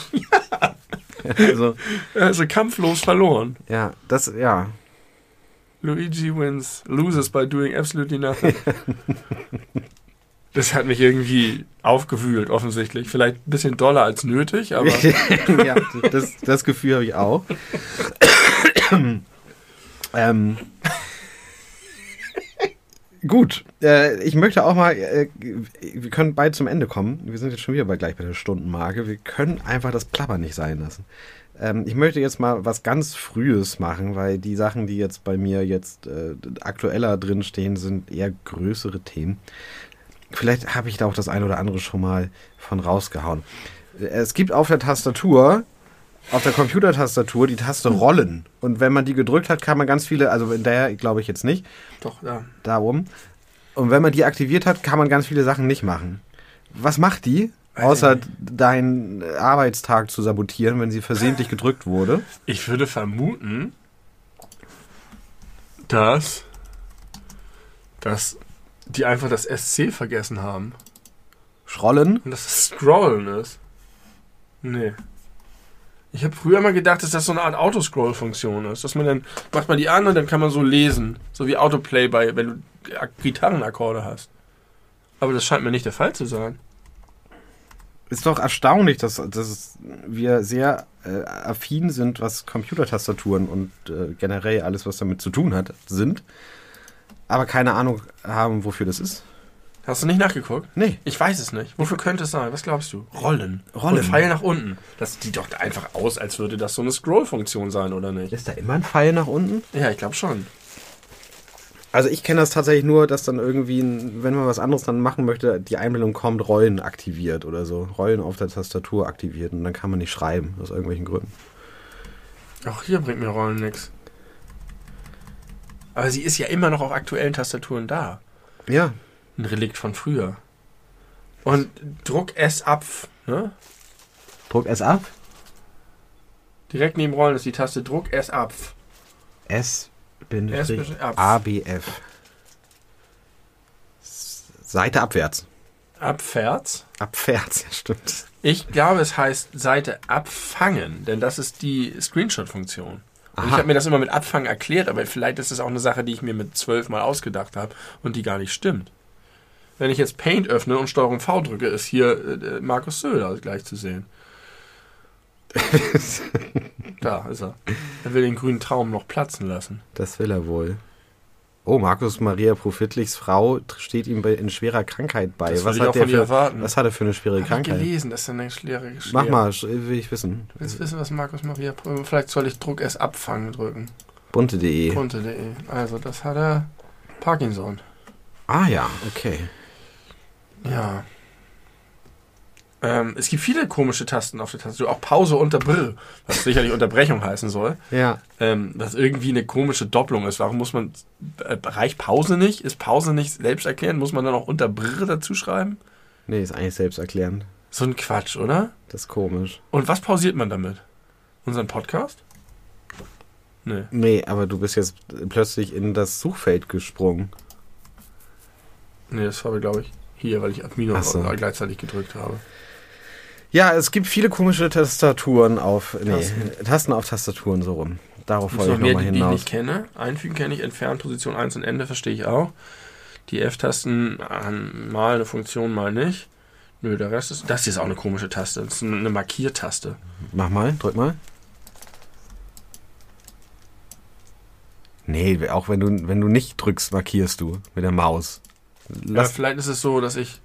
Also kampflos verloren. Ja, Luigi loses by doing absolutely nothing. Das hat mich irgendwie aufgewühlt, offensichtlich. Vielleicht ein bisschen doller als nötig, aber... Ja, das Gefühl habe ich auch. Gut, ich möchte auch mal, wir können bald zum Ende kommen. Wir sind jetzt schon wieder gleich bei der Stundenmarke. Wir können einfach das Plappern nicht sein lassen. Ich möchte jetzt mal was ganz Frühes machen, weil die Sachen, die jetzt bei mir jetzt aktueller drinstehen, sind eher größere Themen. Vielleicht habe ich da auch das eine oder andere schon mal von rausgehauen. Es gibt auf der Tastatur, auf der Computertastatur, die Taste Rollen. Und wenn man die gedrückt hat, kann man ganz viele, also in der glaube ich jetzt nicht. Doch, ja. Darum. Und wenn man die aktiviert hat, kann man ganz viele Sachen nicht machen. Was macht die? Außer deinen Arbeitstag zu sabotieren, wenn sie versehentlich gedrückt wurde. Ich würde vermuten, dass die einfach das SC vergessen haben. Scrollen? Und dass es Scrollen ist. Nee. Ich habe früher mal gedacht, dass das so eine Art Autoscroll-Funktion ist. Dass man dann, macht man die an und dann kann man so lesen. So wie Autoplay wenn du Gitarrenakkorde hast. Aber das scheint mir nicht der Fall zu sein. Ist doch erstaunlich, dass wir sehr affin sind, was Computertastaturen und generell alles, was damit zu tun hat, sind. Aber keine Ahnung haben, wofür das ist. Hast du nicht nachgeguckt? Nee. Ich weiß es nicht. Wofür könnte es sein? Was glaubst du? Rollen. Rollen. Und Pfeil nach unten. Das sieht doch einfach aus, als würde das so eine Scroll-Funktion sein, oder nicht? Ist da immer ein Pfeil nach unten? Ja, ich glaube schon. Also ich kenne das tatsächlich nur, dass dann irgendwie, wenn man was anderes dann machen möchte, die Einblendung kommt, Rollen aktiviert oder so. Rollen auf der Tastatur aktiviert und dann kann man nicht schreiben, aus irgendwelchen Gründen. Auch hier bringt mir Rollen nichts. Aber sie ist ja immer noch auf aktuellen Tastaturen da. Ja. Ein Relikt von früher. Und Druck S ab, ne? Druck S ab. Direkt neben Rollen ist die Taste Druck S ab. S-ABF. Seite abwärts. Abwärts? Abwärts, ja stimmt. Ich glaube, es heißt Seite abfangen, denn das ist die Screenshot-Funktion. Und ich habe mir das immer mit Abfangen erklärt, aber vielleicht ist es auch eine Sache, die ich mir mit 12 Mal ausgedacht habe und die gar nicht stimmt. Wenn ich jetzt Paint öffne und STRG V drücke, ist hier Markus Söder gleich zu sehen. Da ist er. Er will den grünen Traum noch platzen lassen. Das will er wohl. Oh, Markus Maria Profitlichs Frau steht ihm in schwerer Krankheit bei. Das was hat der erwarten. Was hat er für eine schwere Krankheit? Ich gelesen, dass er eine schwere. Mach mal, will ich wissen. Willst du wissen, was Markus Maria... Vielleicht soll ich Druck S abfangen drücken. Bunte.de. Bunte.de. Also, das hat er Parkinson. Ah ja, okay. Ja. Es gibt viele komische Tasten auf der Tastatur. Auch Pause unter Brr, was sicherlich Unterbrechung heißen soll. Ja. Was irgendwie eine komische Doppelung ist. Warum muss man... reicht Pause nicht? Ist Pause nicht selbsterklärend? Muss man dann auch unter Brr dazu schreiben? Nee, ist eigentlich selbsterklärend. So ein Quatsch, oder? Das ist komisch. Und was pausiert man damit? Unseren Podcast? Nee. Nee, aber du bist jetzt plötzlich in das Suchfeld gesprungen. Nee, das war, glaube ich, hier, weil ich Admino gleichzeitig gedrückt habe. Ja, es gibt viele komische Tastaturen auf... Tasten auf Tastaturen, so rum. Darauf wollte ich nochmal hinaus. Die ich nicht kenne. Einfügen kenne ich, entfernen, Position 1 und Ende verstehe ich auch. Die F-Tasten mal eine Funktion, mal nicht. Nö, der Rest ist... Das hier ist auch eine komische Taste. Das ist eine Markiertaste. Mach mal, drück mal. Nee, auch wenn du nicht drückst, markierst du mit der Maus. Ja, vielleicht ist es so, dass ich...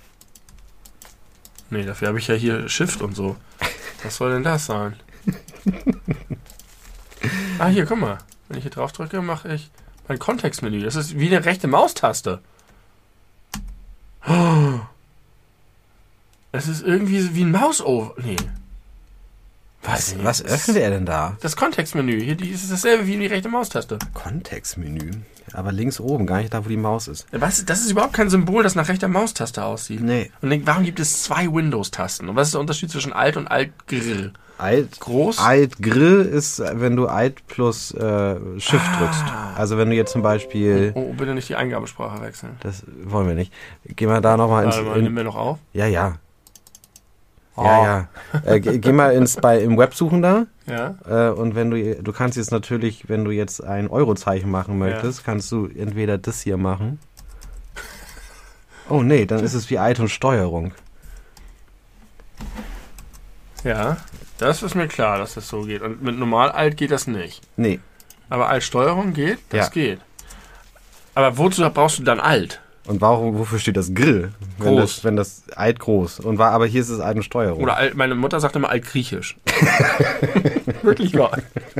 Nee, dafür habe ich ja hier Shift und so. Was soll denn das sein? Ah, hier, guck mal. Wenn ich hier drauf drücke, mache ich mein Kontextmenü. Das ist wie eine rechte Maustaste. Oh. Es ist irgendwie wie ein Mausover. Nee. Was öffnet er denn da? Das Kontextmenü. Hier ist dasselbe wie die rechte Maustaste. Kontextmenü? Aber links oben, gar nicht da, wo die Maus ist. Was? Das ist überhaupt kein Symbol, das nach rechter Maustaste aussieht. Nee. Und warum gibt es 2 Windows-Tasten? Und was ist der Unterschied zwischen Alt und Alt-Grill? Groß? Alt-Grill ist, wenn du Alt plus Shift drückst. Also wenn du jetzt zum Beispiel... Oh, bitte nicht die Eingabesprache wechseln. Das wollen wir nicht. Geh mal da nochmal ins... Nehmen wir noch auf? Ja. Ja. Geh mal im Web suchen da. Ja. Und wenn du kannst jetzt natürlich, wenn du jetzt ein Eurozeichen machen möchtest, kannst du entweder das hier machen. Oh nee, dann ist es wie Alt und Steuerung. Ja, das ist mir klar, dass das so geht. Und mit Normal-Alt geht das nicht. Nee. Aber Alt-Steuerung geht? Das geht. Aber wozu brauchst du dann Alt? Und wofür steht das Grill? Groß. Wenn das Alt groß. Aber hier ist es Alt und Steuerung. Oder meine Mutter sagt immer Altgriechisch. Wirklich wahr.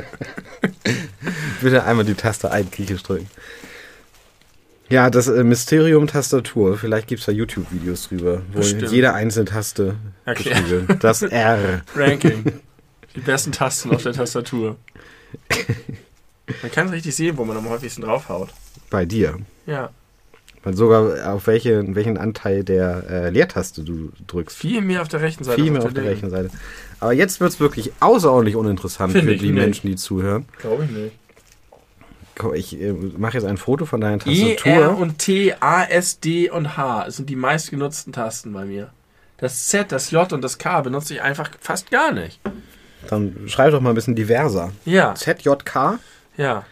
Bitte einmal die Taste Altgriechisch drücken. Ja, das Mysterium-Tastatur. Vielleicht gibt es da YouTube-Videos drüber, wo jede einzelne Taste beschrieben wird. Das R. Ranking. Die besten Tasten auf der Tastatur. Man kann richtig sehen, wo man am häufigsten draufhaut. Bei dir? Ja. Weil sogar auf welchen Anteil der Leertaste du drückst. Viel mehr auf der rechten Seite. Viel mehr auf der rechten Seite. Aber jetzt wird es wirklich außerordentlich uninteressant für die Menschen, die zuhören. Glaube ich nicht. Ich mache jetzt ein Foto von deiner Tastatur. E, R und T, A, S, D und H sind die meistgenutzten Tasten bei mir. Das Z, das J und das K benutze ich einfach fast gar nicht. Dann schreib doch mal ein bisschen diverser. Ja. Z, J, K? Ja.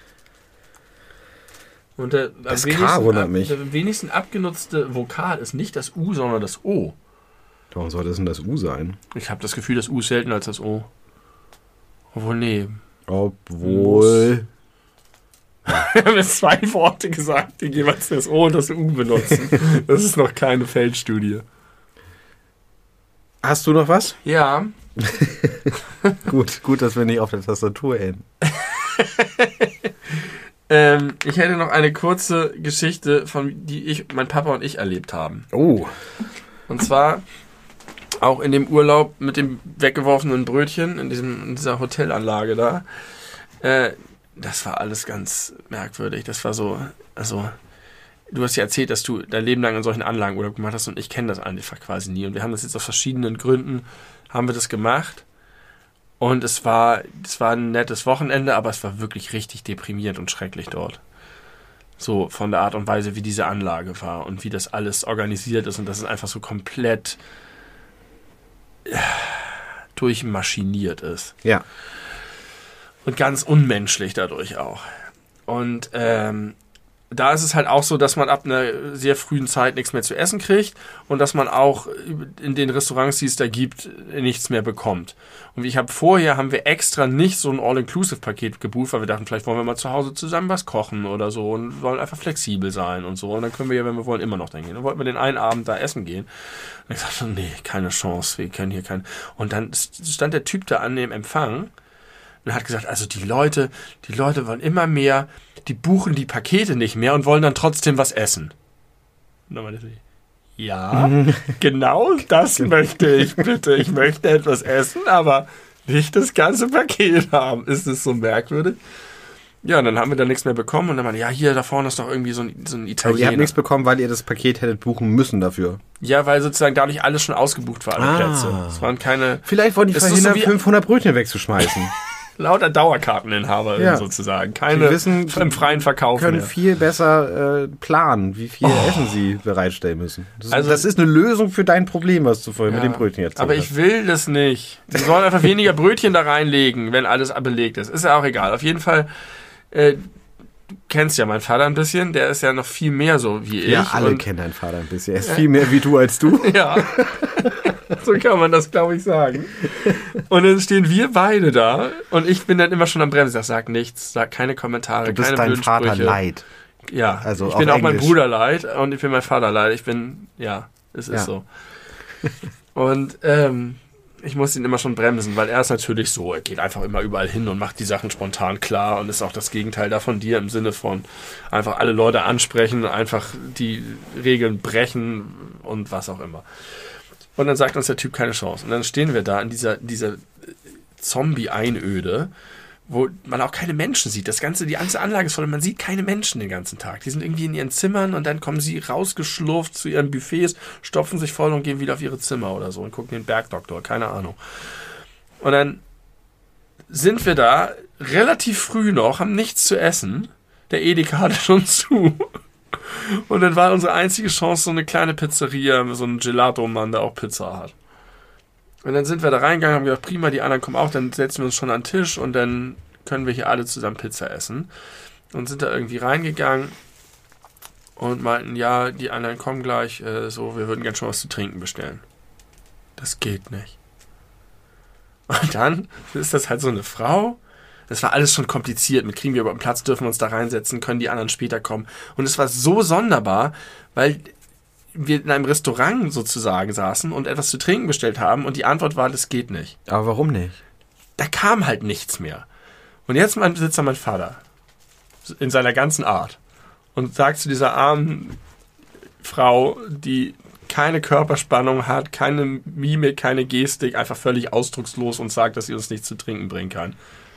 Und das K wundert mich. Der am wenigsten abgenutzte Vokal ist nicht das U, sondern das O. Warum soll das denn das U sein? Ich habe das Gefühl, das U ist seltener als das O. Obwohl, nee. Obwohl... Wir haben jetzt 2 Worte gesagt, die jeweils das O und das U benutzen. Das ist noch keine Feldstudie. Hast du noch was? Ja. Gut, dass wir nicht auf der Tastatur enden. Ich hätte noch eine kurze Geschichte, die mein Papa und ich erlebt haben. Oh. Und zwar auch in dem Urlaub mit dem weggeworfenen Brötchen in dieser Hotelanlage da. Das war alles ganz merkwürdig. Das war so, also du hast ja erzählt, dass du dein Leben lang in solchen Anlagen Urlaub gemacht hast und ich kenne das einfach quasi nie. Und wir haben das jetzt aus verschiedenen Gründen, haben wir das gemacht. Und es war ein nettes Wochenende, aber es war wirklich richtig deprimierend und schrecklich dort. So von der Art und Weise, wie diese Anlage war und wie das alles organisiert ist und dass es einfach so komplett durchmaschiniert ist. Ja. Und ganz unmenschlich dadurch auch. Und da ist es halt auch so, dass man ab einer sehr frühen Zeit nichts mehr zu essen kriegt und dass man auch in den Restaurants, die es da gibt, nichts mehr bekommt. Und haben wir extra nicht so ein All-Inclusive-Paket gebucht, weil wir dachten, vielleicht wollen wir mal zu Hause zusammen was kochen oder so und wollen einfach flexibel sein und so. Und dann können wir ja, wenn wir wollen, immer noch dahin gehen. Dann wollten wir den einen Abend da essen gehen. Und ich sagte, nee, keine Chance, wir können hier keinen. Und dann stand der Typ da an dem Empfang und hat gesagt, also die Leute wollen immer mehr, die buchen die Pakete nicht mehr und wollen dann trotzdem was essen. Und dann meinte ich, ja, genau das möchte ich bitte. Ich möchte etwas essen, aber nicht das ganze Paket haben. Ist es so merkwürdig? Ja, und dann haben wir da nichts mehr bekommen und dann meinte, ja, hier da vorne ist doch irgendwie so ein Italiener. Aber ihr habt nichts bekommen, weil ihr das Paket hättet buchen müssen dafür. Ja, weil sozusagen dadurch alles schon ausgebucht war, alle Plätze. Es waren keine... Vielleicht wollen die verhindern, 500 Brötchen wegzuschmeißen. Lauter Dauerkarteninhaber sozusagen. Keine im freien Verkauf können mehr. Viel besser planen, wie viel Essen sie bereitstellen müssen. Das ist eine Lösung für dein Problem, was du vorhin mit dem Brötchen erzählt hast. Aber ich will das nicht. Sie sollen einfach weniger Brötchen da reinlegen, wenn alles belegt ist. Ist ja auch egal. Auf jeden Fall, du kennst ja meinen Vater ein bisschen. Der ist ja noch viel mehr so wie ich. Ja, alle kennen deinen Vater ein bisschen. Er ist viel mehr wie du als du. Ja. So kann man das, glaube ich, sagen. Und dann stehen wir beide da und ich bin dann immer schon am Bremsen. Sag nichts, sag keine Kommentare, du bist keine deinem Vater Sprüche. leid. Ja, also ich bin auch mein Bruder leid und ich bin mein Vater leid. Es ist so. Und ich muss ihn immer schon bremsen, weil er ist natürlich so, er geht einfach immer überall hin und macht die Sachen spontan klar und ist auch das Gegenteil davon dir im Sinne von einfach alle Leute ansprechen, einfach die Regeln brechen und was auch immer. Und dann sagt uns der Typ keine Chance. Und dann stehen wir da in dieser Zombie-Einöde, wo man auch keine Menschen sieht. Die ganze Anlage ist voll und man sieht keine Menschen den ganzen Tag. Die sind irgendwie in ihren Zimmern und dann kommen sie rausgeschlurft zu ihren Buffets, stopfen sich voll und gehen wieder auf ihre Zimmer oder so und gucken den Bergdoktor, keine Ahnung. Und dann sind wir da relativ früh noch, haben nichts zu essen. Der Edeka hatte schon zu. Und dann war unsere einzige Chance so eine kleine Pizzeria, so ein Gelato-Mann, der auch Pizza hat. Und dann sind wir da reingegangen, haben gedacht, prima, die anderen kommen auch, dann setzen wir uns schon an den Tisch und dann können wir hier alle zusammen Pizza essen. Und sind da irgendwie reingegangen und meinten, ja, die anderen kommen gleich, wir würden gerne schon was zu trinken bestellen. Das geht nicht. Und dann ist das halt so eine Frau. Das war alles schon kompliziert. Mit kriegen wir überhaupt einen Platz, dürfen wir uns da reinsetzen, können die anderen später kommen. Und es war so sonderbar, weil wir in einem Restaurant sozusagen saßen und etwas zu trinken bestellt haben und die Antwort war, das geht nicht. Aber warum nicht? Da kam halt nichts mehr. Und jetzt sitzt da mein Vater in seiner ganzen Art und sagt zu dieser armen Frau, die keine Körperspannung hat, keine Mimik, keine Gestik, einfach völlig ausdruckslos und sagt, dass sie uns nichts zu trinken bringen kann.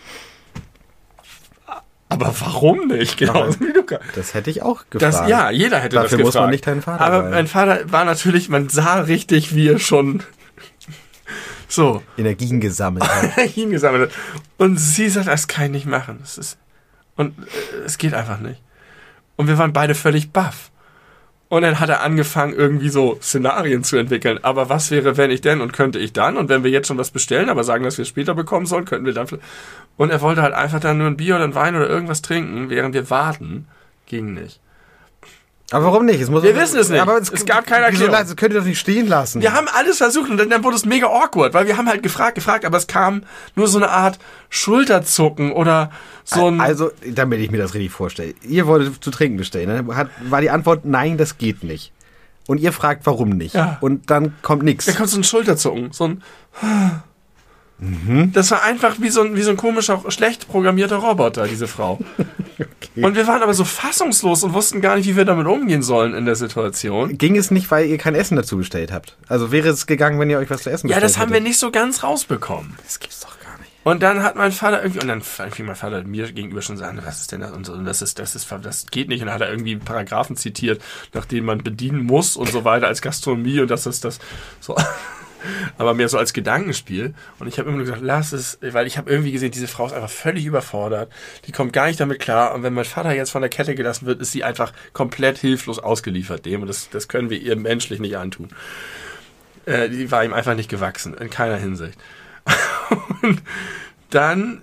Aber warum nicht? Genau. Das hätte ich auch gefragt. Jeder hätte das gefragt. Dafür muss man nicht dein Vater sein. Aber mein Vater war natürlich, man sah richtig, wie er schon so Energien gesammelt hat. Und sie sagt, das kann ich nicht machen. Es geht einfach nicht. Und wir waren beide völlig baff. Und dann hat er angefangen, irgendwie so Szenarien zu entwickeln. Aber was wäre, wenn ich denn und könnte ich dann? Und wenn wir jetzt schon was bestellen, aber sagen, dass wir es später bekommen sollen, könnten wir dann... Und er wollte halt einfach dann nur ein Bier oder ein Wein oder irgendwas trinken, während wir warten. Ging nicht. Aber warum nicht? Wir wissen es nicht. Aber es gab keine Erklärung. Das könnt ihr doch nicht stehen lassen. Wir haben alles versucht und dann wurde es mega awkward, weil wir haben halt gefragt, aber es kam nur so eine Art Schulterzucken oder so ein... Also, damit ich mir das richtig vorstelle. Ihr wolltet zu trinken bestellen. Dann war die Antwort, nein, das geht nicht. Und ihr fragt, warum nicht. Ja. Und dann kommt nichts. Da kommt so ein Schulterzucken, so ein... Das war einfach wie so ein komischer, schlecht programmierter Roboter, diese Frau. Okay. Und wir waren aber so fassungslos und wussten gar nicht, wie wir damit umgehen sollen in der Situation. Ging es nicht, weil ihr kein Essen dazu bestellt habt? Also wäre es gegangen, wenn ihr euch was zu essen bestellt hättet? Ja, das haben wir nicht so ganz rausbekommen. Das gibt's doch gar nicht. Und dann hat mein Vater fing mein Vater mir gegenüber schon sagen, was ist denn das? Und das geht nicht. Und dann hat er irgendwie Paragraphen zitiert, nach denen man bedienen muss und so weiter als Gastronomie und das ist das so... Aber mehr so als Gedankenspiel. Und ich habe immer nur gesagt, lass es, weil ich habe irgendwie gesehen, diese Frau ist einfach völlig überfordert. Die kommt gar nicht damit klar. Und wenn mein Vater jetzt von der Kette gelassen wird, ist sie einfach komplett hilflos ausgeliefert dem. Und das können wir ihr menschlich nicht antun. Die war ihm einfach nicht gewachsen, in keiner Hinsicht. Und dann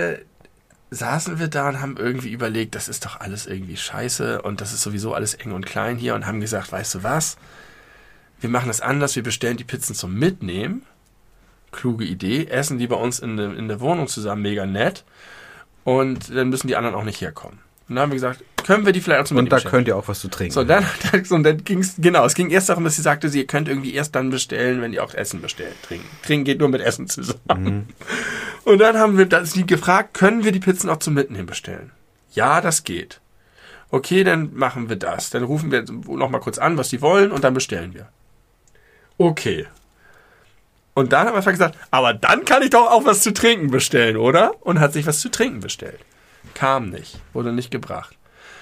saßen wir da und haben irgendwie überlegt, das ist doch alles irgendwie scheiße und das ist sowieso alles eng und klein hier und haben gesagt, weißt du was? Wir machen das anders, wir bestellen die Pizzen zum Mitnehmen. Kluge Idee. Essen die bei uns in der Wohnung zusammen, mega nett. Und dann müssen die anderen auch nicht herkommen. Und dann haben wir gesagt, können wir die vielleicht auch zum Mitnehmen bestellen? Und da könnt ihr auch was zu trinken. So, dann ging's, genau, es ging erst darum, dass sie sagte, ihr könnt irgendwie erst dann bestellen, wenn ihr auch Essen bestellt. Trinken geht nur mit Essen zusammen. Und dann haben wir sie gefragt, können wir die Pizzen auch zum Mitnehmen bestellen? Ja, das geht. Okay, dann machen wir das. Dann rufen wir noch mal kurz an, was die wollen und dann bestellen wir. Okay. Und dann hat mein Vater gesagt, aber dann kann ich doch auch was zu trinken bestellen, oder? Und hat sich was zu trinken bestellt. Kam nicht, wurde nicht gebracht.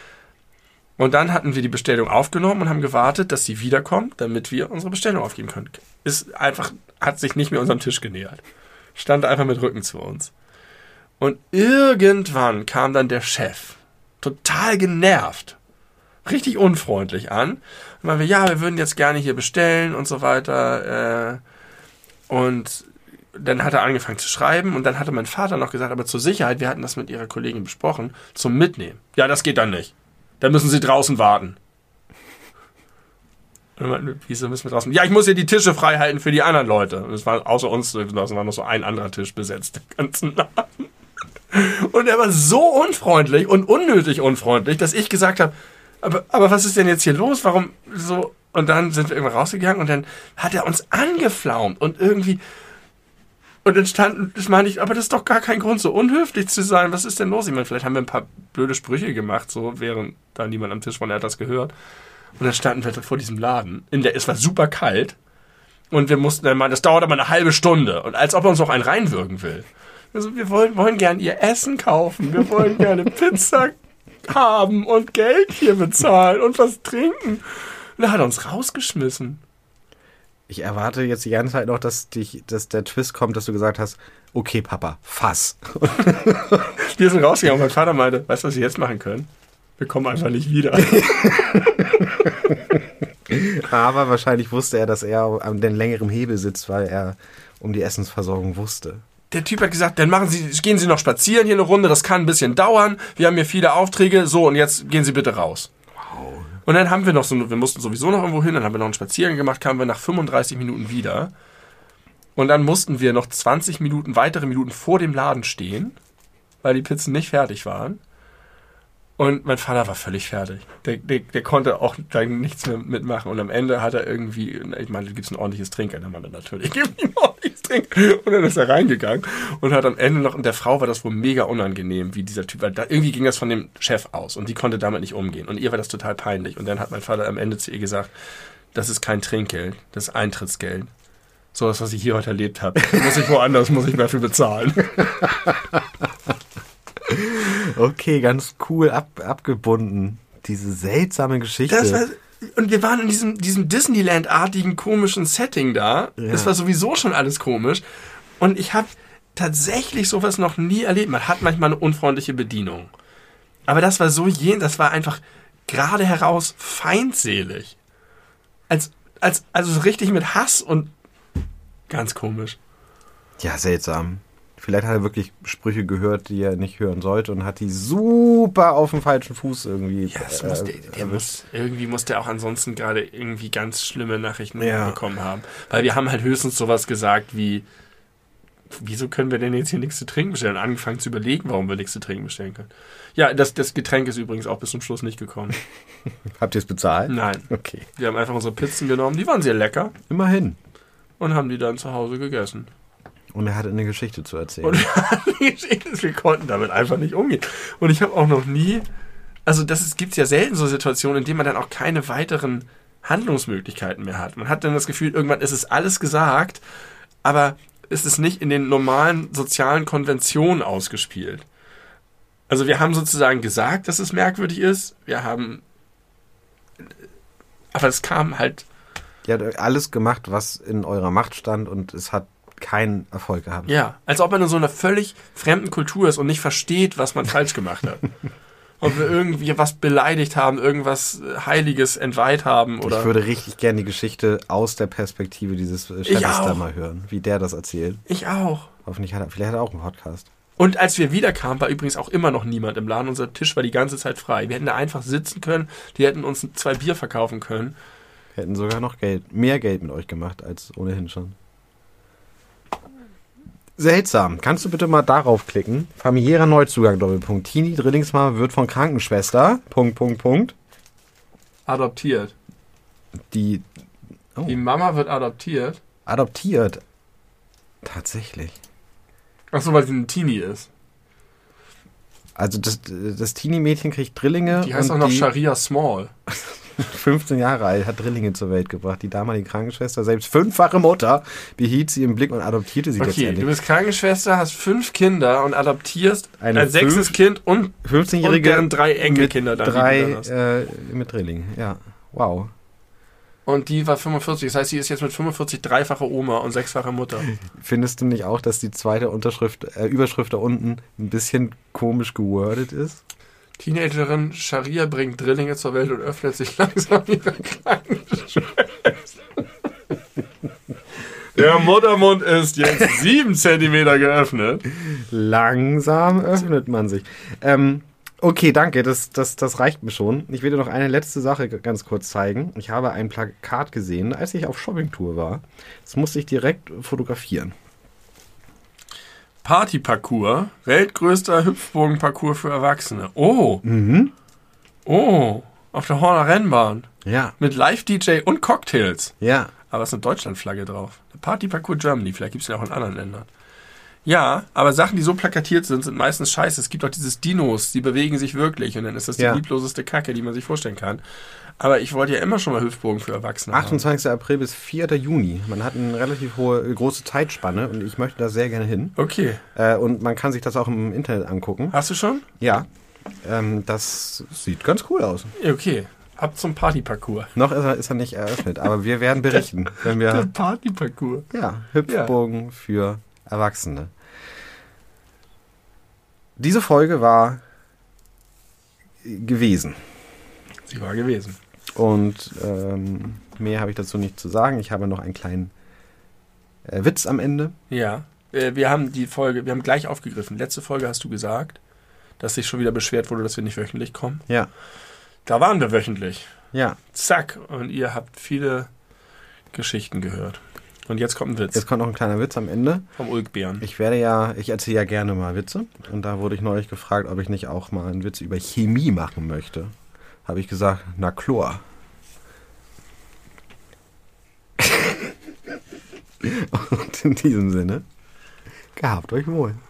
Und dann hatten wir die Bestellung aufgenommen und haben gewartet, dass sie wiederkommt, damit wir unsere Bestellung aufgeben können. Hat sich nicht mehr unserem Tisch genähert. Stand einfach mit Rücken zu uns. Und irgendwann kam dann der Chef, total genervt, richtig unfreundlich an. Und meinen wir würden jetzt gerne hier bestellen und so weiter. Und dann hat er angefangen zu schreiben und dann hatte mein Vater noch gesagt, aber zur Sicherheit, wir hatten das mit ihrer Kollegin besprochen, zum Mitnehmen. Ja, das geht dann nicht. Dann müssen sie draußen warten. Und dann, wieso müssen wir draußen? Ja, ich muss hier die Tische frei halten für die anderen Leute. Und es war außer uns, es war noch so ein anderer Tisch besetzt, den ganzen Laden. Und er war so unfreundlich und unnötig unfreundlich, dass ich gesagt habe, aber was ist denn jetzt hier los? Warum so? Und dann sind wir irgendwann rausgegangen und dann hat er uns angeflaumt und irgendwie... Und dann das meine ich, aber das ist doch gar kein Grund, so unhöflich zu sein. Was ist denn los? Ich meine, vielleicht haben wir ein paar blöde Sprüche gemacht, so während da niemand am Tisch war, er hat das gehört. Und dann standen wir vor diesem Laden. Es war super kalt. Und wir mussten dann mal, das dauert aber eine halbe Stunde. Und als ob er uns noch einen reinwürgen will. Also wir wollen gern ihr Essen kaufen. Wir wollen gerne Pizza haben und Geld hier bezahlen und was trinken. Und da hat er uns rausgeschmissen. Ich erwarte jetzt die ganze Zeit noch, dass der Twist kommt, dass du gesagt hast, okay, Papa, fass. Wir sind rausgegangen und mein Vater meinte, weißt du, was wir jetzt machen können? Wir kommen einfach nicht wieder. Aber wahrscheinlich wusste er, dass er an den längeren Hebel sitzt, weil er um die Essensversorgung wusste. Der Typ hat gesagt, dann gehen Sie noch spazieren hier eine Runde, das kann ein bisschen dauern. Wir haben hier viele Aufträge, so und jetzt gehen Sie bitte raus. Wow. Und dann haben wir wir mussten sowieso noch irgendwo hin, dann haben wir noch einen Spaziergang gemacht, kamen wir nach 35 Minuten wieder. Und dann mussten wir noch 20 weitere Minuten vor dem Laden stehen, weil die Pizzen nicht fertig waren. Und mein Vater war völlig fertig. Der konnte auch da nichts mehr mitmachen. Und am Ende hat er irgendwie, ich meine, da gibt es ein ordentliches Trinken. Der Mann natürlich, gib ihm ein ordentliches Trinken. Und dann ist er reingegangen und hat am Ende noch, und der Frau war das wohl mega unangenehm, wie dieser Typ, weil irgendwie ging das von dem Chef aus und die konnte damit nicht umgehen. Und ihr war das total peinlich. Und dann hat mein Vater am Ende zu ihr gesagt, das ist kein Trinkgeld, das ist Eintrittsgeld. So was ich hier heute erlebt habe. Muss ich dafür bezahlen. Okay, ganz cool abgebunden. Diese seltsame Geschichte. Und wir waren in diesem Disneyland-artigen komischen Setting da. Ja. Das war sowieso schon alles komisch. Und ich habe tatsächlich sowas noch nie erlebt. Man hat manchmal eine unfreundliche Bedienung. Aber das war das war einfach gerade heraus feindselig. Also so richtig mit Hass und ganz komisch. Ja, seltsam. Vielleicht hat er wirklich Sprüche gehört, die er nicht hören sollte und hat die super auf dem falschen Fuß irgendwie. Ja, irgendwie muss der auch ansonsten gerade irgendwie ganz schlimme Nachrichten bekommen haben. Weil wir haben halt höchstens sowas gesagt wie, wieso können wir denn jetzt hier nichts zu trinken bestellen? Angefangen zu überlegen, warum wir nichts zu trinken bestellen können. Ja, das Getränk ist übrigens auch bis zum Schluss nicht gekommen. Habt ihr es bezahlt? Nein. Okay. Wir haben einfach unsere Pizzen genommen, die waren sehr lecker. Immerhin. Und haben die dann zu Hause gegessen. Und er hatte eine Geschichte zu erzählen. Und wir konnten damit einfach nicht umgehen. Und ich habe auch noch nie, also gibt es ja selten so Situationen, in denen man dann auch keine weiteren Handlungsmöglichkeiten mehr hat. Man hat dann das Gefühl, irgendwann ist es alles gesagt, aber ist es nicht in den normalen sozialen Konventionen ausgespielt. Also wir haben sozusagen gesagt, dass es merkwürdig ist. Aber es kam halt. Ihr habt alles gemacht, was in eurer Macht stand und es hat keinen Erfolg gehabt. Ja, als ob man in so einer völlig fremden Kultur ist und nicht versteht, was man falsch gemacht hat. Ob wir irgendwie was beleidigt haben, irgendwas Heiliges entweiht haben. Oder ich würde richtig gerne die Geschichte aus der Perspektive dieses Chefs da mal hören, wie der das erzählt. Ich auch. Hoffentlich vielleicht hat er auch einen Podcast. Und als wir wiederkamen, war übrigens auch immer noch niemand im Laden. Unser Tisch war die ganze Zeit frei. Wir hätten da einfach sitzen können, die hätten uns 2 Bier verkaufen können. Wir hätten sogar noch mehr Geld mit euch gemacht, als ohnehin schon. Seltsam. Kannst du bitte mal darauf klicken? Familiärer Neuzugang, Doppelpunkt. Teenie Drillingsmama wird von Krankenschwester, ... Adoptiert. Die Mama wird adoptiert. Adoptiert. Tatsächlich. Achso, weil sie ein Teenie ist. Also das Teenie-Mädchen kriegt Drillinge. Die heißt auch noch Sharia Small. 15 Jahre alt, hat Drillinge zur Welt gebracht. Die damalige Krankenschwester, selbst 5-fache Mutter, behielt sie im Blick und adoptierte sie letztendlich. Okay, du bist Krankenschwester, hast 5 Kinder und adoptierst ein 6. Kind und 15-Jährige deren 3 Enkelkinder. Mit 3 mit Drillingen, ja. Wow. Und die war 45, das heißt, sie ist jetzt mit 45 dreifache Oma und 6-fache Mutter. Findest du nicht auch, dass die zweite Überschrift da unten ein bisschen komisch gewordet ist? Teenagerin Sharia bringt Drillinge zur Welt und öffnet sich langsam ihre Krankenschwester. Der Muttermund ist jetzt 7 Zentimeter geöffnet. Langsam öffnet man sich. Okay, danke, das reicht mir schon. Ich will dir noch eine letzte Sache ganz kurz zeigen. Ich habe ein Plakat gesehen, als ich auf Shoppingtour war. Das musste ich direkt fotografieren. Partyparcours, weltgrößter Hüpfbogenparcours für Erwachsene. Oh. Mhm. Oh, auf der Horner Rennbahn. Ja. Mit Live-DJ und Cocktails. Ja. Aber es ist eine Deutschlandflagge drauf. Partyparcours Germany, vielleicht gibt es ja auch in anderen Ländern. Ja, aber Sachen, die so plakatiert sind meistens scheiße. Es gibt auch dieses Dinos, die bewegen sich wirklich und dann ist das die liebloseste Kacke, die man sich vorstellen kann. Aber ich wollte ja immer schon mal Hüpfbogen für Erwachsene 28. haben. April bis 4. Juni. Man hat eine relativ große Zeitspanne und ich möchte da sehr gerne hin. Okay. Und man kann sich das auch im Internet angucken. Hast du schon? Ja. Das sieht ganz cool aus. Okay. Ab zum Partyparcours. Noch ist er nicht eröffnet, aber wir werden berichten. Wenn wir, der Partyparcours. Ja, Hüpfbogen für Erwachsene. Diese Folge war gewesen. Sie war gewesen. Und mehr habe ich dazu nicht zu sagen. Ich habe noch einen kleinen Witz am Ende. Ja, wir haben gleich aufgegriffen. Letzte Folge hast du gesagt, dass sich schon wieder beschwert wurde, dass wir nicht wöchentlich kommen. Ja. Da waren wir wöchentlich. Ja. Zack. Und ihr habt viele Geschichten gehört. Und jetzt kommt ein Witz. Jetzt kommt noch ein kleiner Witz am Ende. Vom Ulkbären. Ich erzähle ja gerne mal Witze. Und da wurde ich neulich gefragt, ob ich nicht auch mal einen Witz über Chemie machen möchte. Habe ich gesagt, na Chlor. Und in diesem Sinne, gehabt euch wohl.